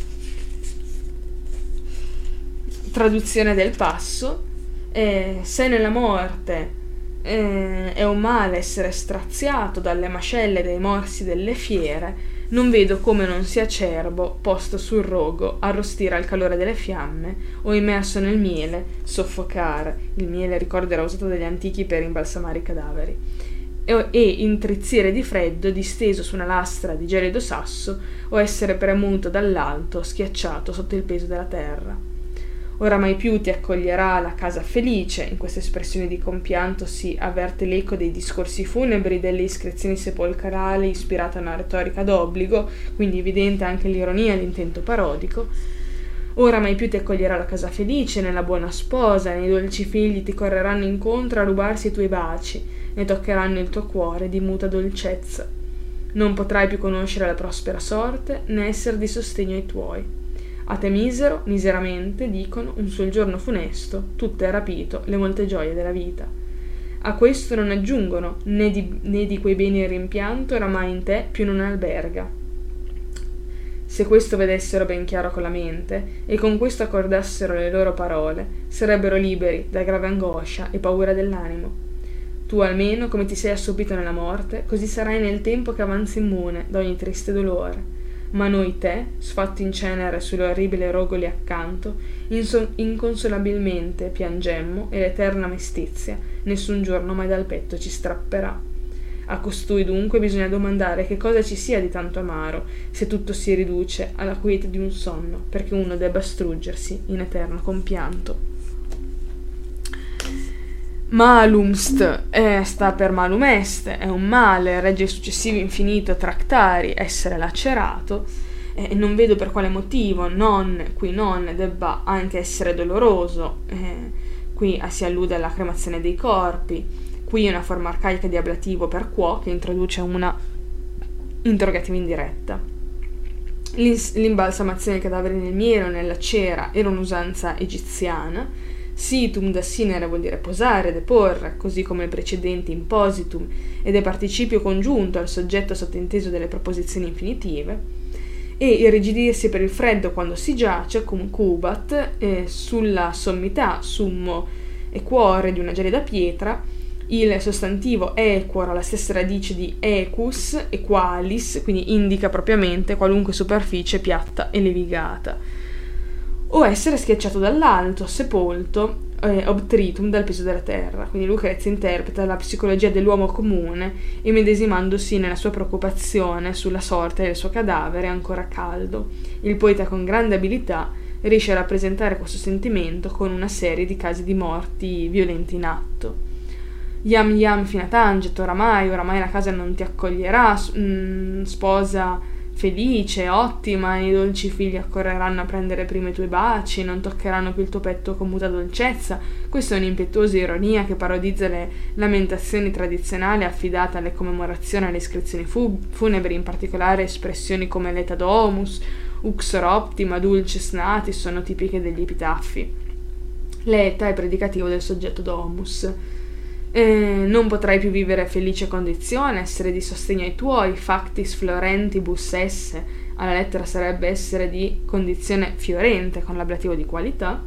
traduzione del passo: eh, se nella morte eh, è un male essere straziato dalle mascelle dei morsi delle fiere, non vedo come non sia acerbo, posto sul rogo, arrostire al calore delle fiamme, o immerso nel miele, soffocare. Il miele, ricordo, era usato dagli antichi per imbalsamare i cadaveri. E, e intrizzire di freddo, disteso su una lastra di gelido sasso, o essere premuto dall'alto, schiacciato sotto il peso della terra. Ora mai più ti accoglierà la casa felice. In queste espressioni di compianto si avverte l'eco dei discorsi funebri, delle iscrizioni sepolcrali ispirate a una retorica d'obbligo, quindi evidente anche l'ironia e l'intento parodico. Ora mai più ti accoglierà la casa felice, nella buona sposa, nei dolci figli ti correranno incontro a rubarsi i tuoi baci, ne toccheranno il tuo cuore di muta dolcezza. Non potrai più conoscere la prospera sorte, né essere di sostegno ai tuoi. A te misero, miseramente, dicono, un sol giorno funesto, tutto è rapito, le molte gioie della vita. A questo non aggiungono, né di, né di quei beni il rimpianto oramai in te più non alberga. Se questo vedessero ben chiaro con la mente, e con questo accordassero le loro parole, sarebbero liberi da grave angoscia e paura dell'animo. Tu almeno, come ti sei assopito nella morte, così sarai nel tempo che avanza immune da ogni triste dolore. Ma noi te, sfatto in cenere sulle orribili rogoli accanto, inso- inconsolabilmente piangemmo e l'eterna mestizia nessun giorno mai dal petto ci strapperà. A costui dunque bisogna domandare che cosa ci sia di tanto amaro, se tutto si riduce alla quiete di un sonno, perché uno debba struggersi in eterno compianto. Malumst eh, sta per malum est, è un male, regge il successivo infinito tractari, essere lacerato, e eh, non vedo per quale motivo non, qui non, debba anche essere doloroso, eh, qui si allude alla cremazione dei corpi, qui è una forma arcaica di ablativo per quo che introduce una interrogativa indiretta. L'ins- l'imbalsamazione dei cadaveri nel miele o nella cera era un'usanza egiziana. Situm da sinere vuol dire posare, deporre, così come il precedente impositum ed è participio congiunto al soggetto sottinteso delle proposizioni infinitive, e irrigidirsi per il freddo quando si giace, cum cubat, eh, sulla sommità, summo e cuore di una gelida pietra. Il sostantivo equor ha la stessa radice di equus e qualis, quindi indica propriamente qualunque superficie piatta e levigata. O essere schiacciato dall'alto, sepolto, eh, obtritum dal peso della terra. Quindi Lucrezia interpreta la psicologia dell'uomo comune, immedesimandosi nella sua preoccupazione sulla sorte del suo cadavere ancora caldo. Il poeta con grande abilità riesce a rappresentare questo sentimento con una serie di casi di morti violenti in atto. Iam iam fina tanget, oramai, oramai la casa non ti accoglierà, mm, sposa felice, ottima, i dolci figli accorreranno a prendere prima i tuoi baci, non toccheranno più il tuo petto con muta dolcezza. Questa è un'impetuosa ironia che parodizza le lamentazioni tradizionali affidate alle commemorazioni e alle iscrizioni fu- funebri, in particolare espressioni come l'eta domus, uxor optima, dulcis natis sono tipiche degli epitaffi. L'eta è predicativo del soggetto domus. Eh, non potrai più vivere felice condizione, essere di sostegno ai tuoi, factis florentibus esse, alla lettera sarebbe essere di condizione fiorente con l'ablativo di qualità,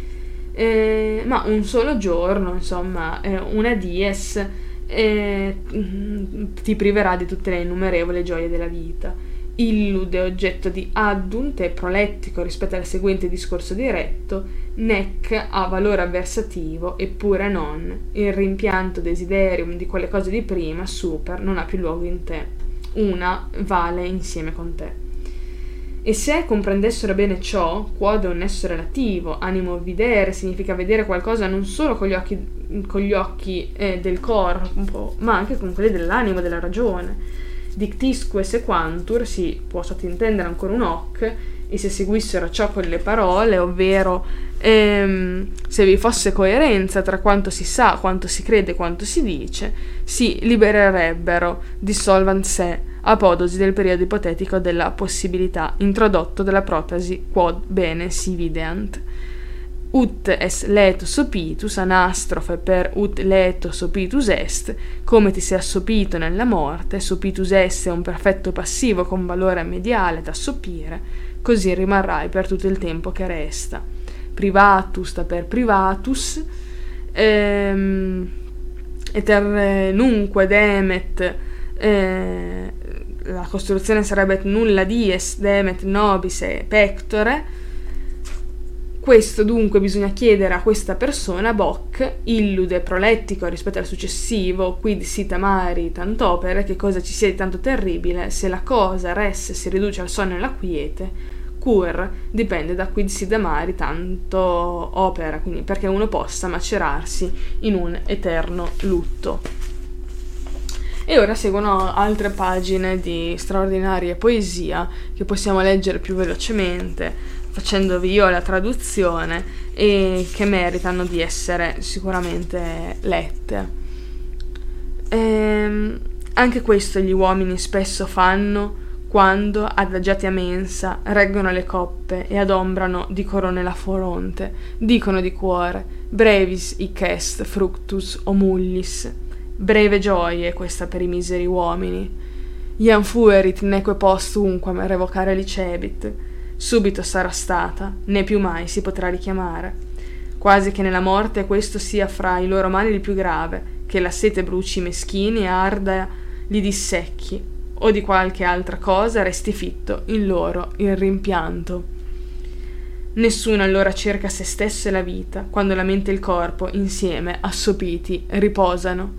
eh, ma un solo giorno, insomma, eh, una dies eh, ti priverà di tutte le innumerevoli gioie della vita. Illude oggetto di addunt è prolettico rispetto al seguente discorso diretto, nec ha valore avversativo, eppure non, il rimpianto desiderium di quelle cose di prima, super, non ha più luogo in te, una vale insieme con te. E se comprendessero bene ciò, quod è un nesso relativo, animo videre significa vedere qualcosa non solo con gli occhi, con gli occhi eh, del corpo, ma anche con quelli dell'animo, della ragione. Dictisque sequantur, si può sottintendere ancora un hoc, e se seguissero ciò con le parole, ovvero ehm, se vi fosse coerenza tra quanto si sa, quanto si crede, quanto si dice, si libererebbero, dissolvant se, apodosi del periodo ipotetico della possibilità introdotto dalla protasi quod bene si videant. Ut es letus sopitus, anastrofe per ut letus sopitus est, come ti sei assopito nella morte, sopitus est è un perfetto passivo con valore mediale da sopire, così rimarrai per tutto il tempo che resta. Privatus sta per privatus, ehm, eternunque demet, eh, la costruzione sarebbe nulla dies demet nobis e pectore. Questo dunque bisogna chiedere a questa persona, Boc, illude prolettico rispetto al successivo, quid sit amari tant'opere, che cosa ci sia di tanto terribile, se la cosa res si riduce al sonno e alla quiete, cur dipende da quid sit amari tanto opera, quindi perché uno possa macerarsi in un eterno lutto. E ora seguono altre pagine di straordinaria poesia che possiamo leggere più velocemente, facendovi io la traduzione, e che meritano di essere sicuramente lette. Ehm, anche questo gli uomini spesso fanno quando, adagiati a mensa, reggono le coppe e adombrano di corone la fronte, dicono di cuore, brevis hic est fructus omullis, breve gioia è questa per i miseri uomini. Iam fuerit neque post unquam revocare licebit, subito sarà stata, né più mai si potrà richiamare. Quasi che nella morte questo sia fra i loro mali il più grave, che la sete bruci i meschini e arda li dissecchi, o di qualche altra cosa resti fitto in loro il rimpianto. Nessuno allora cerca se stesso e la vita, quando la mente e il corpo, insieme, assopiti, riposano.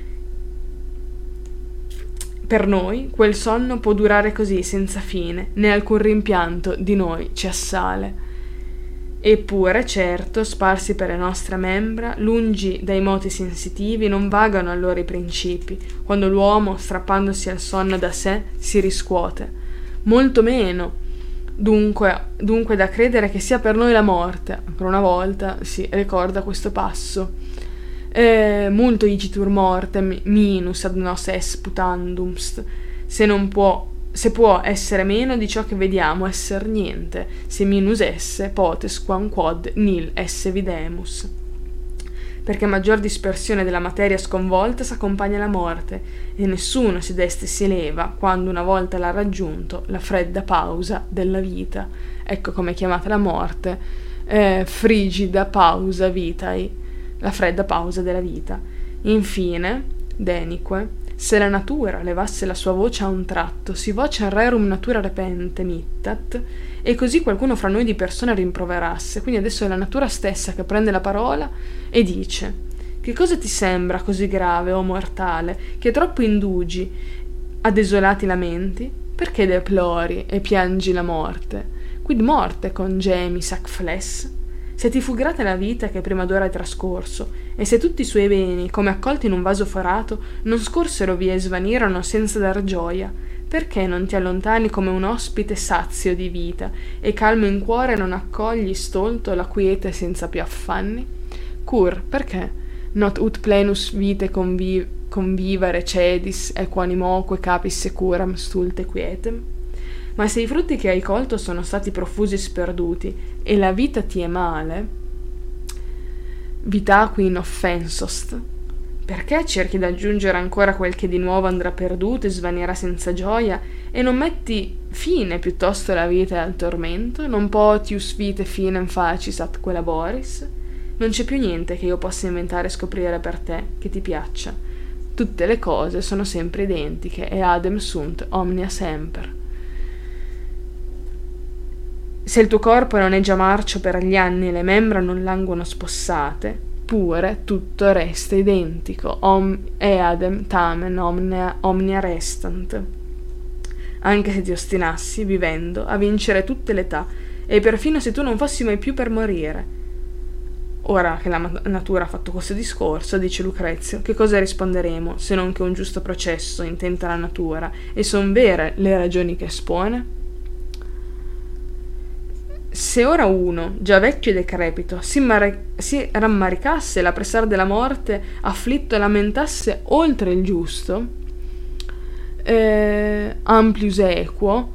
Per noi quel sonno può durare così senza fine, né alcun rimpianto di noi ci assale. Eppure, certo, sparsi per le nostre membra, lungi dai moti sensitivi, non vagano allora i principi, quando l'uomo, strappandosi al sonno da sé, si riscuote. Molto meno, dunque, dunque da credere che sia per noi la morte. Per una volta si ricorda questo passo. Eh, multo igitur mortem minus ad nos es putandumst, se non può se può essere meno di ciò che vediamo esser niente, se minus esse potes quam quod nil esse videmus. Perché maggior dispersione della materia sconvolta s'accompagna alla morte, e nessuno si desta e si leva quando una volta l'ha raggiunto la fredda pausa della vita. Ecco come è chiamata la morte, eh, frigida pausa vitae, la fredda pausa della vita. Infine, denique, se la natura levasse la sua voce a un tratto, si voce rerum natura repente mittat, e così qualcuno fra noi di persone rimproverasse, quindi adesso è la natura stessa che prende la parola e dice: che cosa ti sembra così grave, o mortale, che troppo indugi a desolati lamenti? Perché deplori e piangi la morte? Quid morte congemi sac fles? Se ti fu grata la vita che prima d'ora è trascorso, e se tutti i suoi beni, come accolti in un vaso forato, non scorsero via e svanirono senza dar gioia, perché non ti allontani come un ospite sazio di vita, e calmo in cuore non accogli stolto la quiete senza più affanni? Cur, perché? Not ut plenus vite convi- convivere cedis, equanimoque capis securam stulte quietem? Ma se i frutti che hai colto sono stati profusi sperduti, e la vita ti è male, vitaqui in offensost, perché cerchi d'aggiungere ancora quel che di nuovo andrà perduto e svanirà senza gioia, e non metti fine piuttosto alla vita e al tormento? Non potius vite finem facis atque laboris? Non c'è più niente che io possa inventare e scoprire per te che ti piaccia. Tutte le cose sono sempre identiche, e adem sunt omnia semper. Se il tuo corpo non è già marcio per gli anni e le membra non languono spossate, pure tutto resta identico, om eadem tamen omnia, omnia restant. Anche se ti ostinassi, vivendo, a vincere tutte le età, e perfino se tu non fossi mai più per morire. Ora che la natura ha fatto questo discorso, dice Lucrezio, che cosa risponderemo, se non che un giusto processo intenta la natura, e son vere le ragioni che espone? Se ora uno, già vecchio e decrepito, si, mare- si rammaricasse l'appressar della morte, afflitto e lamentasse oltre il giusto, eh, amplius equo,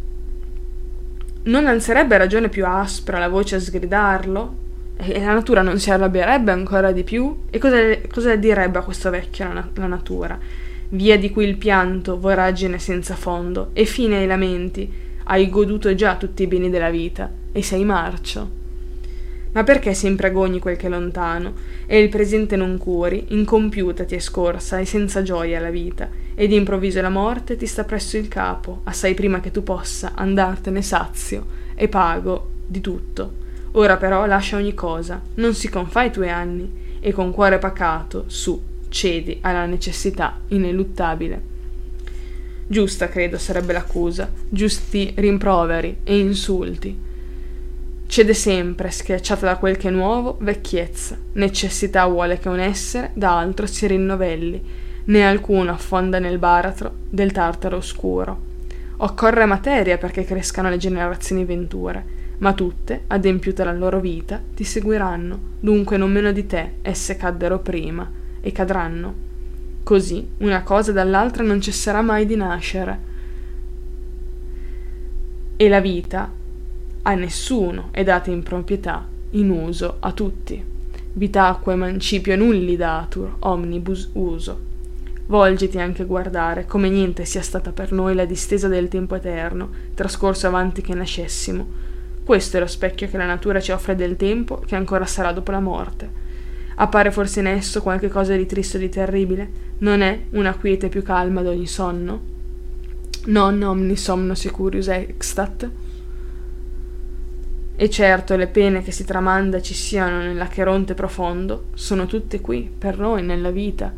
non alzerebbe ragione più aspra la voce a sgridarlo? E la natura non si arrabbierebbe ancora di più? E cosa, cosa direbbe a questo vecchio la, la natura? Via di qui il pianto, voragine senza fondo, e fine ai lamenti, hai goduto già tutti i beni della vita, e sei marcio. Ma perché sempre agogni quel che è lontano, e il presente non curi, incompiuta ti è scorsa e senza gioia la vita, ed improvviso la morte ti sta presso il capo, assai prima che tu possa andartene sazio e pago di tutto. Ora però lascia ogni cosa, non si confà i tuoi anni, e con cuore pacato, su, cedi alla necessità ineluttabile. Giusta, credo, sarebbe l'accusa, giusti rimproveri e insulti. Cede sempre, schiacciata da quel che è nuovo, vecchiezza. Necessità vuole che un essere da altro si rinnovelli, né alcuno affonda nel baratro del tartaro oscuro. Occorre materia perché crescano le generazioni venture, ma tutte, adempiute la loro vita, ti seguiranno, dunque non meno di te esse caddero prima, e cadranno. Così una cosa dall'altra non cesserà mai di nascere. E la vita a nessuno è data in proprietà, in uso a tutti. Vitaque mancipio nulli datur omnibus uso. volgiti anche a guardare come niente sia stata per noi la distesa del tempo eterno, trascorso avanti che nascessimo. Questo è lo specchio che la natura ci offre del tempo che ancora sarà dopo la morte. Appare forse in esso qualche cosa di triste o di terribile? Non è una quiete più calma d'ogni sonno? Non omni somno securius extat? E certo le pene che si tramanda ci siano nell'Acheronte profondo sono tutte qui per noi nella vita.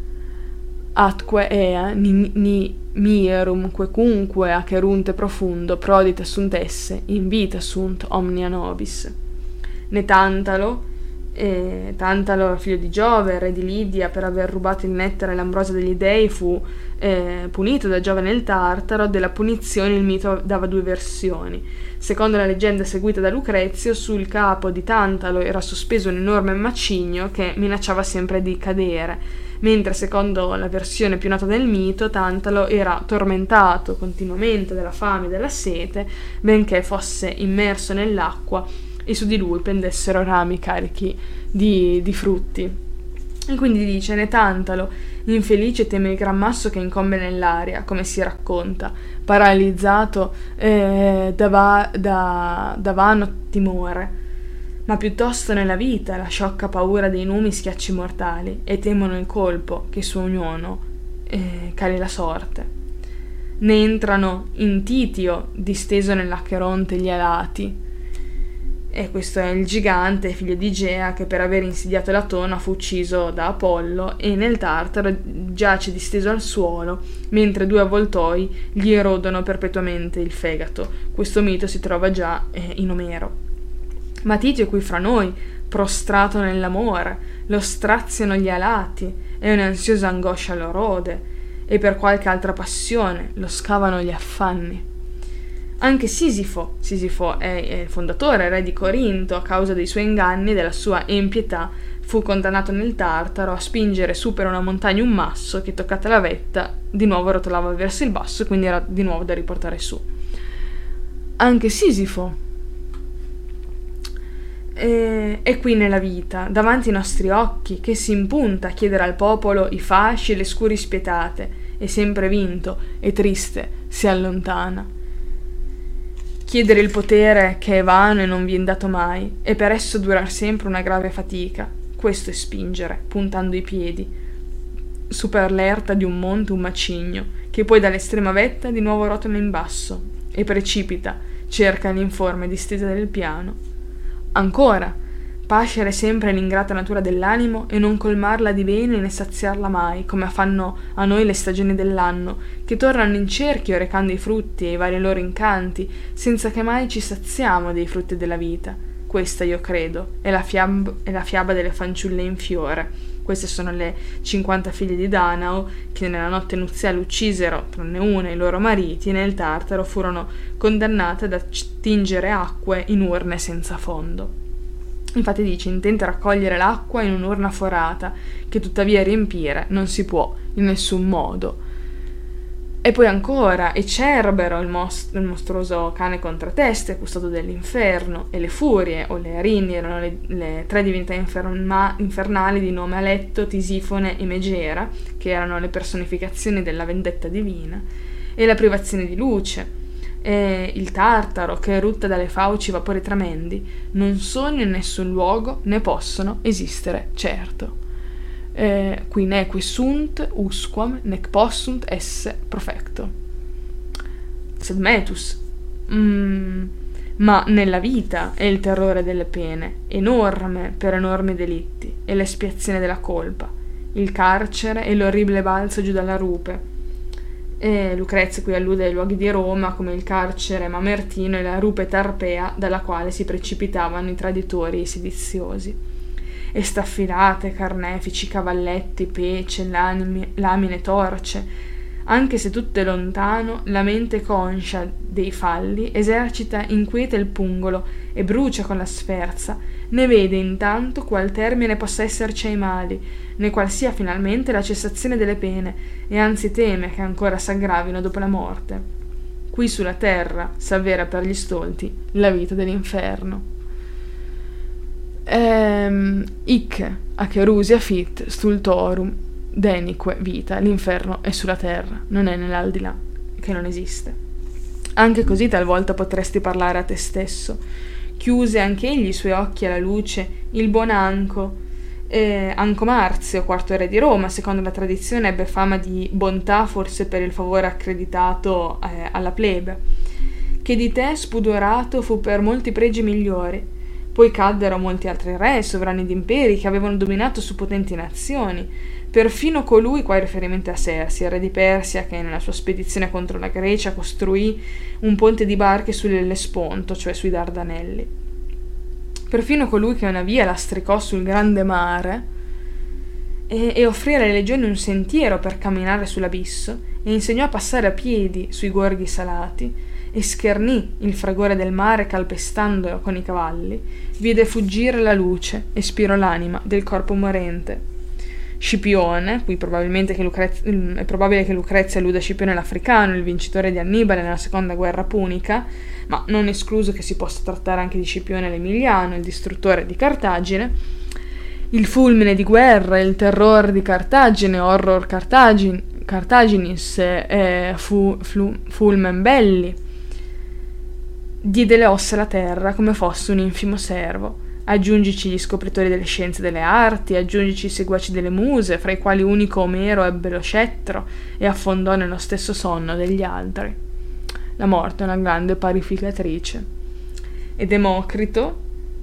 Atque ea ni, ni mierum quecunque Acherunte profundo prodita sunt esse in vita sunt omnia nobis. Ne Tantalo, e Tantalo figlio di Giove, re di Lidia, per aver rubato il nettare e l'ambrosia degli dei, fu eh, punito da Giove nel Tartaro. Della punizione il mito dava due versioni. Secondo la leggenda seguita da Lucrezio, sul capo di Tantalo era sospeso un enorme macigno che minacciava sempre di cadere, mentre secondo la versione più nota del mito Tantalo era tormentato continuamente dalla fame e dalla sete, benché fosse immerso nell'acqua e su di lui pendessero rami carichi di, di frutti. E quindi dice: ne Tantalo, infelice, teme il gran masso che incombe nell'aria, come si racconta, paralizzato eh, da, va, da, da vano timore, ma piuttosto nella vita la sciocca paura dei numi schiacci mortali, e temono il colpo che su ognuno eh, cali la sorte. Ne entrano in Titio, disteso nell'Acheronte gli alati, e questo è il gigante, figlio di Gea, che per aver insidiato Latona fu ucciso da Apollo, e nel Tartaro giace disteso al suolo, mentre due avvoltoi gli erodono perpetuamente il fegato. Questo mito si trova già eh, in Omero. Ma Titio è qui fra noi, prostrato nell'amore, lo straziano gli alati, e un'ansiosa angoscia lo rode, e per qualche altra passione lo scavano gli affanni. Anche Sisifo, Sisifo è il fondatore, re di Corinto, a causa dei suoi inganni e della sua empietà, fu condannato nel Tartaro a spingere su per una montagna un masso che, toccata la vetta, di nuovo rotolava verso il basso e quindi era di nuovo da riportare su. Anche Sisifo è, è qui nella vita, davanti ai nostri occhi, che si impunta a chiedere al popolo i fasci e le scuri spietate, e sempre vinto e triste si allontana. Chiedere il potere che è vano e non vien dato mai, e per esso durar sempre una grave fatica. Questo è spingere, puntando i piedi su per l'erta di un monte un macigno, che poi dall'estrema vetta di nuovo rotola in basso, e precipita, cerca l'informe distesa del piano. Ancora, pascere sempre l'ingrata natura dell'animo e non colmarla di bene né saziarla mai, come fanno a noi le stagioni dell'anno, che tornano in cerchio recando i frutti e i vari loro incanti, senza che mai ci saziamo dei frutti della vita. Questa, io credo, è la, fiab- è la fiaba delle fanciulle in fiore. Queste sono le cinquanta figlie di Danao, che nella notte nuziale uccisero, tranne una, i loro mariti, e nel Tartaro furono condannate ad attingere acque in urne senza fondo. Infatti dice: intenta raccogliere l'acqua in un'urna forata, che tuttavia riempire non si può in nessun modo. E poi ancora, e Cerbero, il, most- il mostruoso cane contrateste, custode dell'inferno, e le furie, o le Arini, erano le, le tre divinità inferma- infernali di nome Aletto, Tisifone e Megera, che erano le personificazioni della vendetta divina, e la privazione di luce, e il Tartaro, che erutta dalle fauci vapori tremendi, non sono in nessun luogo né possono esistere certo. Eh, qui neque sunt usquam nec possunt esse profecto. Sed metus, mm, ma nella vita è il terrore delle pene, enorme per enormi delitti, e l'espiazione della colpa, il carcere e l'orribile balzo giù dalla rupe. E Lucrezio qui allude ai luoghi di Roma come il carcere Mamertino e la rupe Tarpea, dalla quale si precipitavano i traditori e i sediziosi. E staffilate, carnefici, cavalletti, pece, lanimi, lamine, torce, anche se tutte lontano, la mente conscia dei falli esercita inquieta il pungolo e brucia con la sferza, ne vede intanto qual termine possa esserci ai mali, né qual sia finalmente la cessazione delle pene, e anzi teme che ancora s'aggravino dopo la morte. Qui sulla terra s'avvera per gli stolti la vita dell'inferno. Ehm, ic acherusia fit stultorum denique vita, l'inferno è sulla terra, non è nell'aldilà, che non esiste. Anche così talvolta potresti parlare a te stesso. Chiuse anch'egli i suoi occhi alla luce, il buon Anco, eh, Anco Marzio, quarto re di Roma, secondo la tradizione ebbe fama di bontà forse per il favore accreditato eh, alla plebe, che di te spudorato fu per molti pregi migliori. Poi caddero molti altri re, sovrani d'imperi, che avevano dominato su potenti nazioni. Perfino colui, qua in riferimento a Sersi, re di Persia, che nella sua spedizione contro la Grecia costruì un ponte di barche sull'Ellesponto, cioè sui Dardanelli. Perfino colui che una via la stricò sul grande mare e, e offrì alle legioni un sentiero per camminare sull'abisso e insegnò a passare a piedi sui gorghi salati, e schernì il fragore del mare calpestandolo con i cavalli, vide fuggire la luce e spirò l'anima del corpo morente. Scipione, qui probabilmente che Lucrezia, è probabile che Lucrezia alluda a Scipione l'Africano, il vincitore di Annibale nella seconda guerra punica, ma non escluso che si possa trattare anche di Scipione l'Emiliano, il distruttore di Cartagine, il fulmine di guerra, il terror di Cartagine, horror Cartagin, Cartaginis, eh, fu, flu, fulmen belli, diede le ossa alla terra come fosse un infimo servo. Aggiungici gli scopritori delle scienze e delle arti, aggiungici i seguaci delle muse, fra i quali unico Omero ebbe lo scettro e affondò nello stesso sonno degli altri. La morte è una grande parificatrice. E Democrito,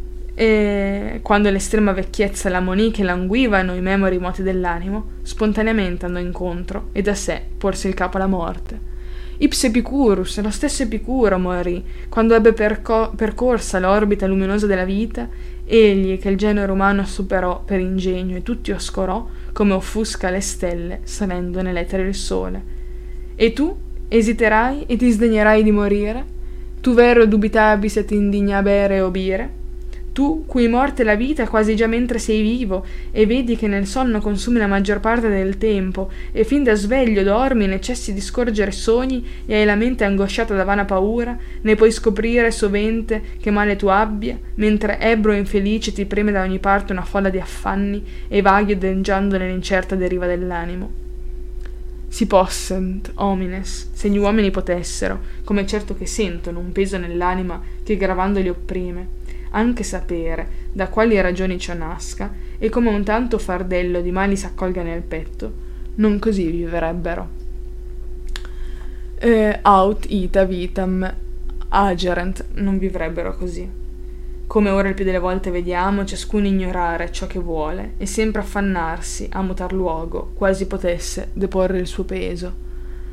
e quando l'estrema vecchiezza e l'amonì che languivano i memori moti dell'animo, spontaneamente andò incontro e da sé porse il capo alla morte. Ips Epicurus, lo stesso Epicuro, morì quando ebbe perco- percorsa l'orbita luminosa della vita, egli che il genere umano superò per ingegno e tutti oscurò come offusca le stelle salendo nell'etere il sole. E tu esiterai e ti sdegnerai di morire? Tu vero dubitabis et indignabere obire? Tu, cui morte è la vita quasi già mentre sei vivo, e vedi che nel sonno consumi la maggior parte del tempo, e fin da sveglio dormi, ne cessi di scorgere sogni, e hai la mente angosciata da vana paura, ne puoi scoprire sovente che male tu abbia, mentre ebbro e infelice ti preme da ogni parte una folla di affanni, e vaghi odeggiando nell'incerta deriva dell'animo. Si possent, homines, se gli uomini potessero, come certo che sentono un peso nell'anima che gravando li opprime, anche sapere da quali ragioni ciò nasca e come un tanto fardello di mali s'accolga nel petto, non così vivrebbero. Eh, aut ita vitam agerent, non vivrebbero così. Come ora il più delle volte vediamo, ciascuno ignorare ciò che vuole e sempre affannarsi a mutar luogo, quasi potesse deporre il suo peso.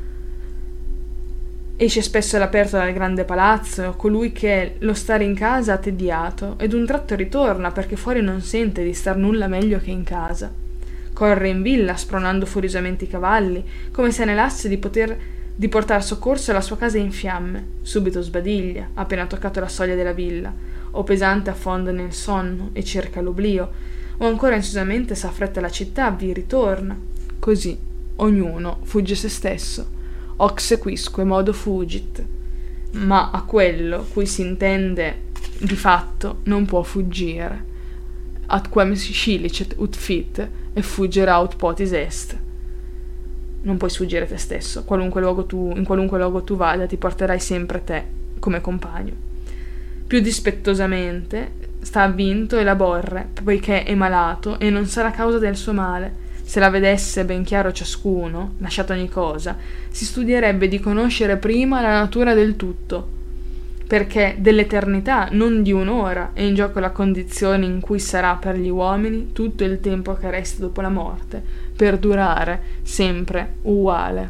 Esce spesso all'aperto dal grande palazzo colui che lo stare in casa ha tediato, ed un tratto ritorna perché fuori non sente di star nulla meglio che in casa. Corre in villa spronando furiosamente i cavalli, come se anelasse di poter di portar soccorso alla sua casa in fiamme. Subito sbadiglia, appena toccato la soglia della villa, o pesante affonda nel sonno e cerca l'oblio, o ancora ansiosamente s'affretta alla città, vi ritorna. Così ognuno fugge se stesso. Ox quisque modo fugit, ma a quello cui si intende di fatto non può fuggire. At quem scilicet ut fit e fuggere ut potis est. Non puoi sfuggire te stesso, qualunque luogo tu, in qualunque luogo tu vada ti porterai sempre te come compagno. Più dispettosamente sta avvinto e la borre, poiché è malato e non sa la causa del suo male. Se la vedesse ben chiaro ciascuno, lasciato ogni cosa, si studierebbe di conoscere prima la natura del tutto, perché dell'eternità, non di un'ora, è in gioco la condizione in cui sarà per gli uomini tutto il tempo che resta dopo la morte, per durare sempre uguale.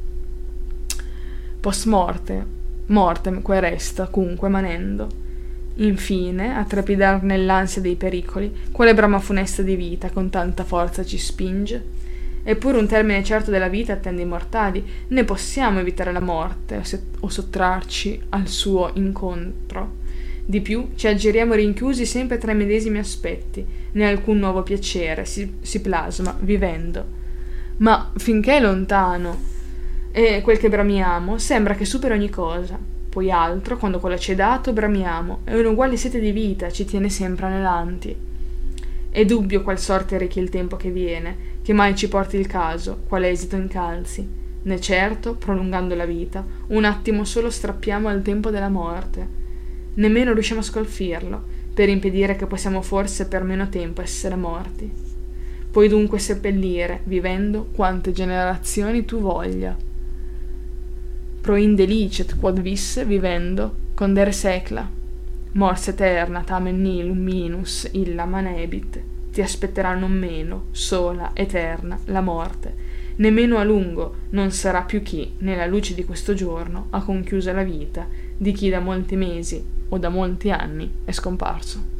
Post morte, mortem que resta, cunque manendo. Infine, a trepidar nell'ansia dei pericoli, quale brama funesta di vita con tanta forza ci spinge? Eppure un termine certo della vita attende i mortali, né possiamo evitare la morte o, se- o sottrarci al suo incontro. Di più, ci aggiriamo rinchiusi sempre tra i medesimi aspetti, né alcun nuovo piacere si, si plasma vivendo. Ma finché è lontano e quel che bramiamo sembra che superi ogni cosa. Poi altro, quando quello ci è dato, bramiamo, e un'uguale sete di vita ci tiene sempre anelanti. È dubbio qual sorte rechi il tempo che viene, che mai ci porti il caso, quale esito incalzi. Né certo, prolungando la vita, un attimo solo strappiamo al tempo della morte. Nemmeno riusciamo a scalfirlo, per impedire che possiamo forse per meno tempo essere morti. Puoi dunque seppellire, vivendo, quante generazioni tu voglia. Proinde licet quod vis, vivendo, condere secla. Mors eterna tamen nihil minus illa manebit, ti aspetterà non meno, sola, eterna, la morte. Nemmeno a lungo non sarà più chi, nella luce di questo giorno, ha conchiusa la vita di chi da molti mesi o da molti anni è scomparso.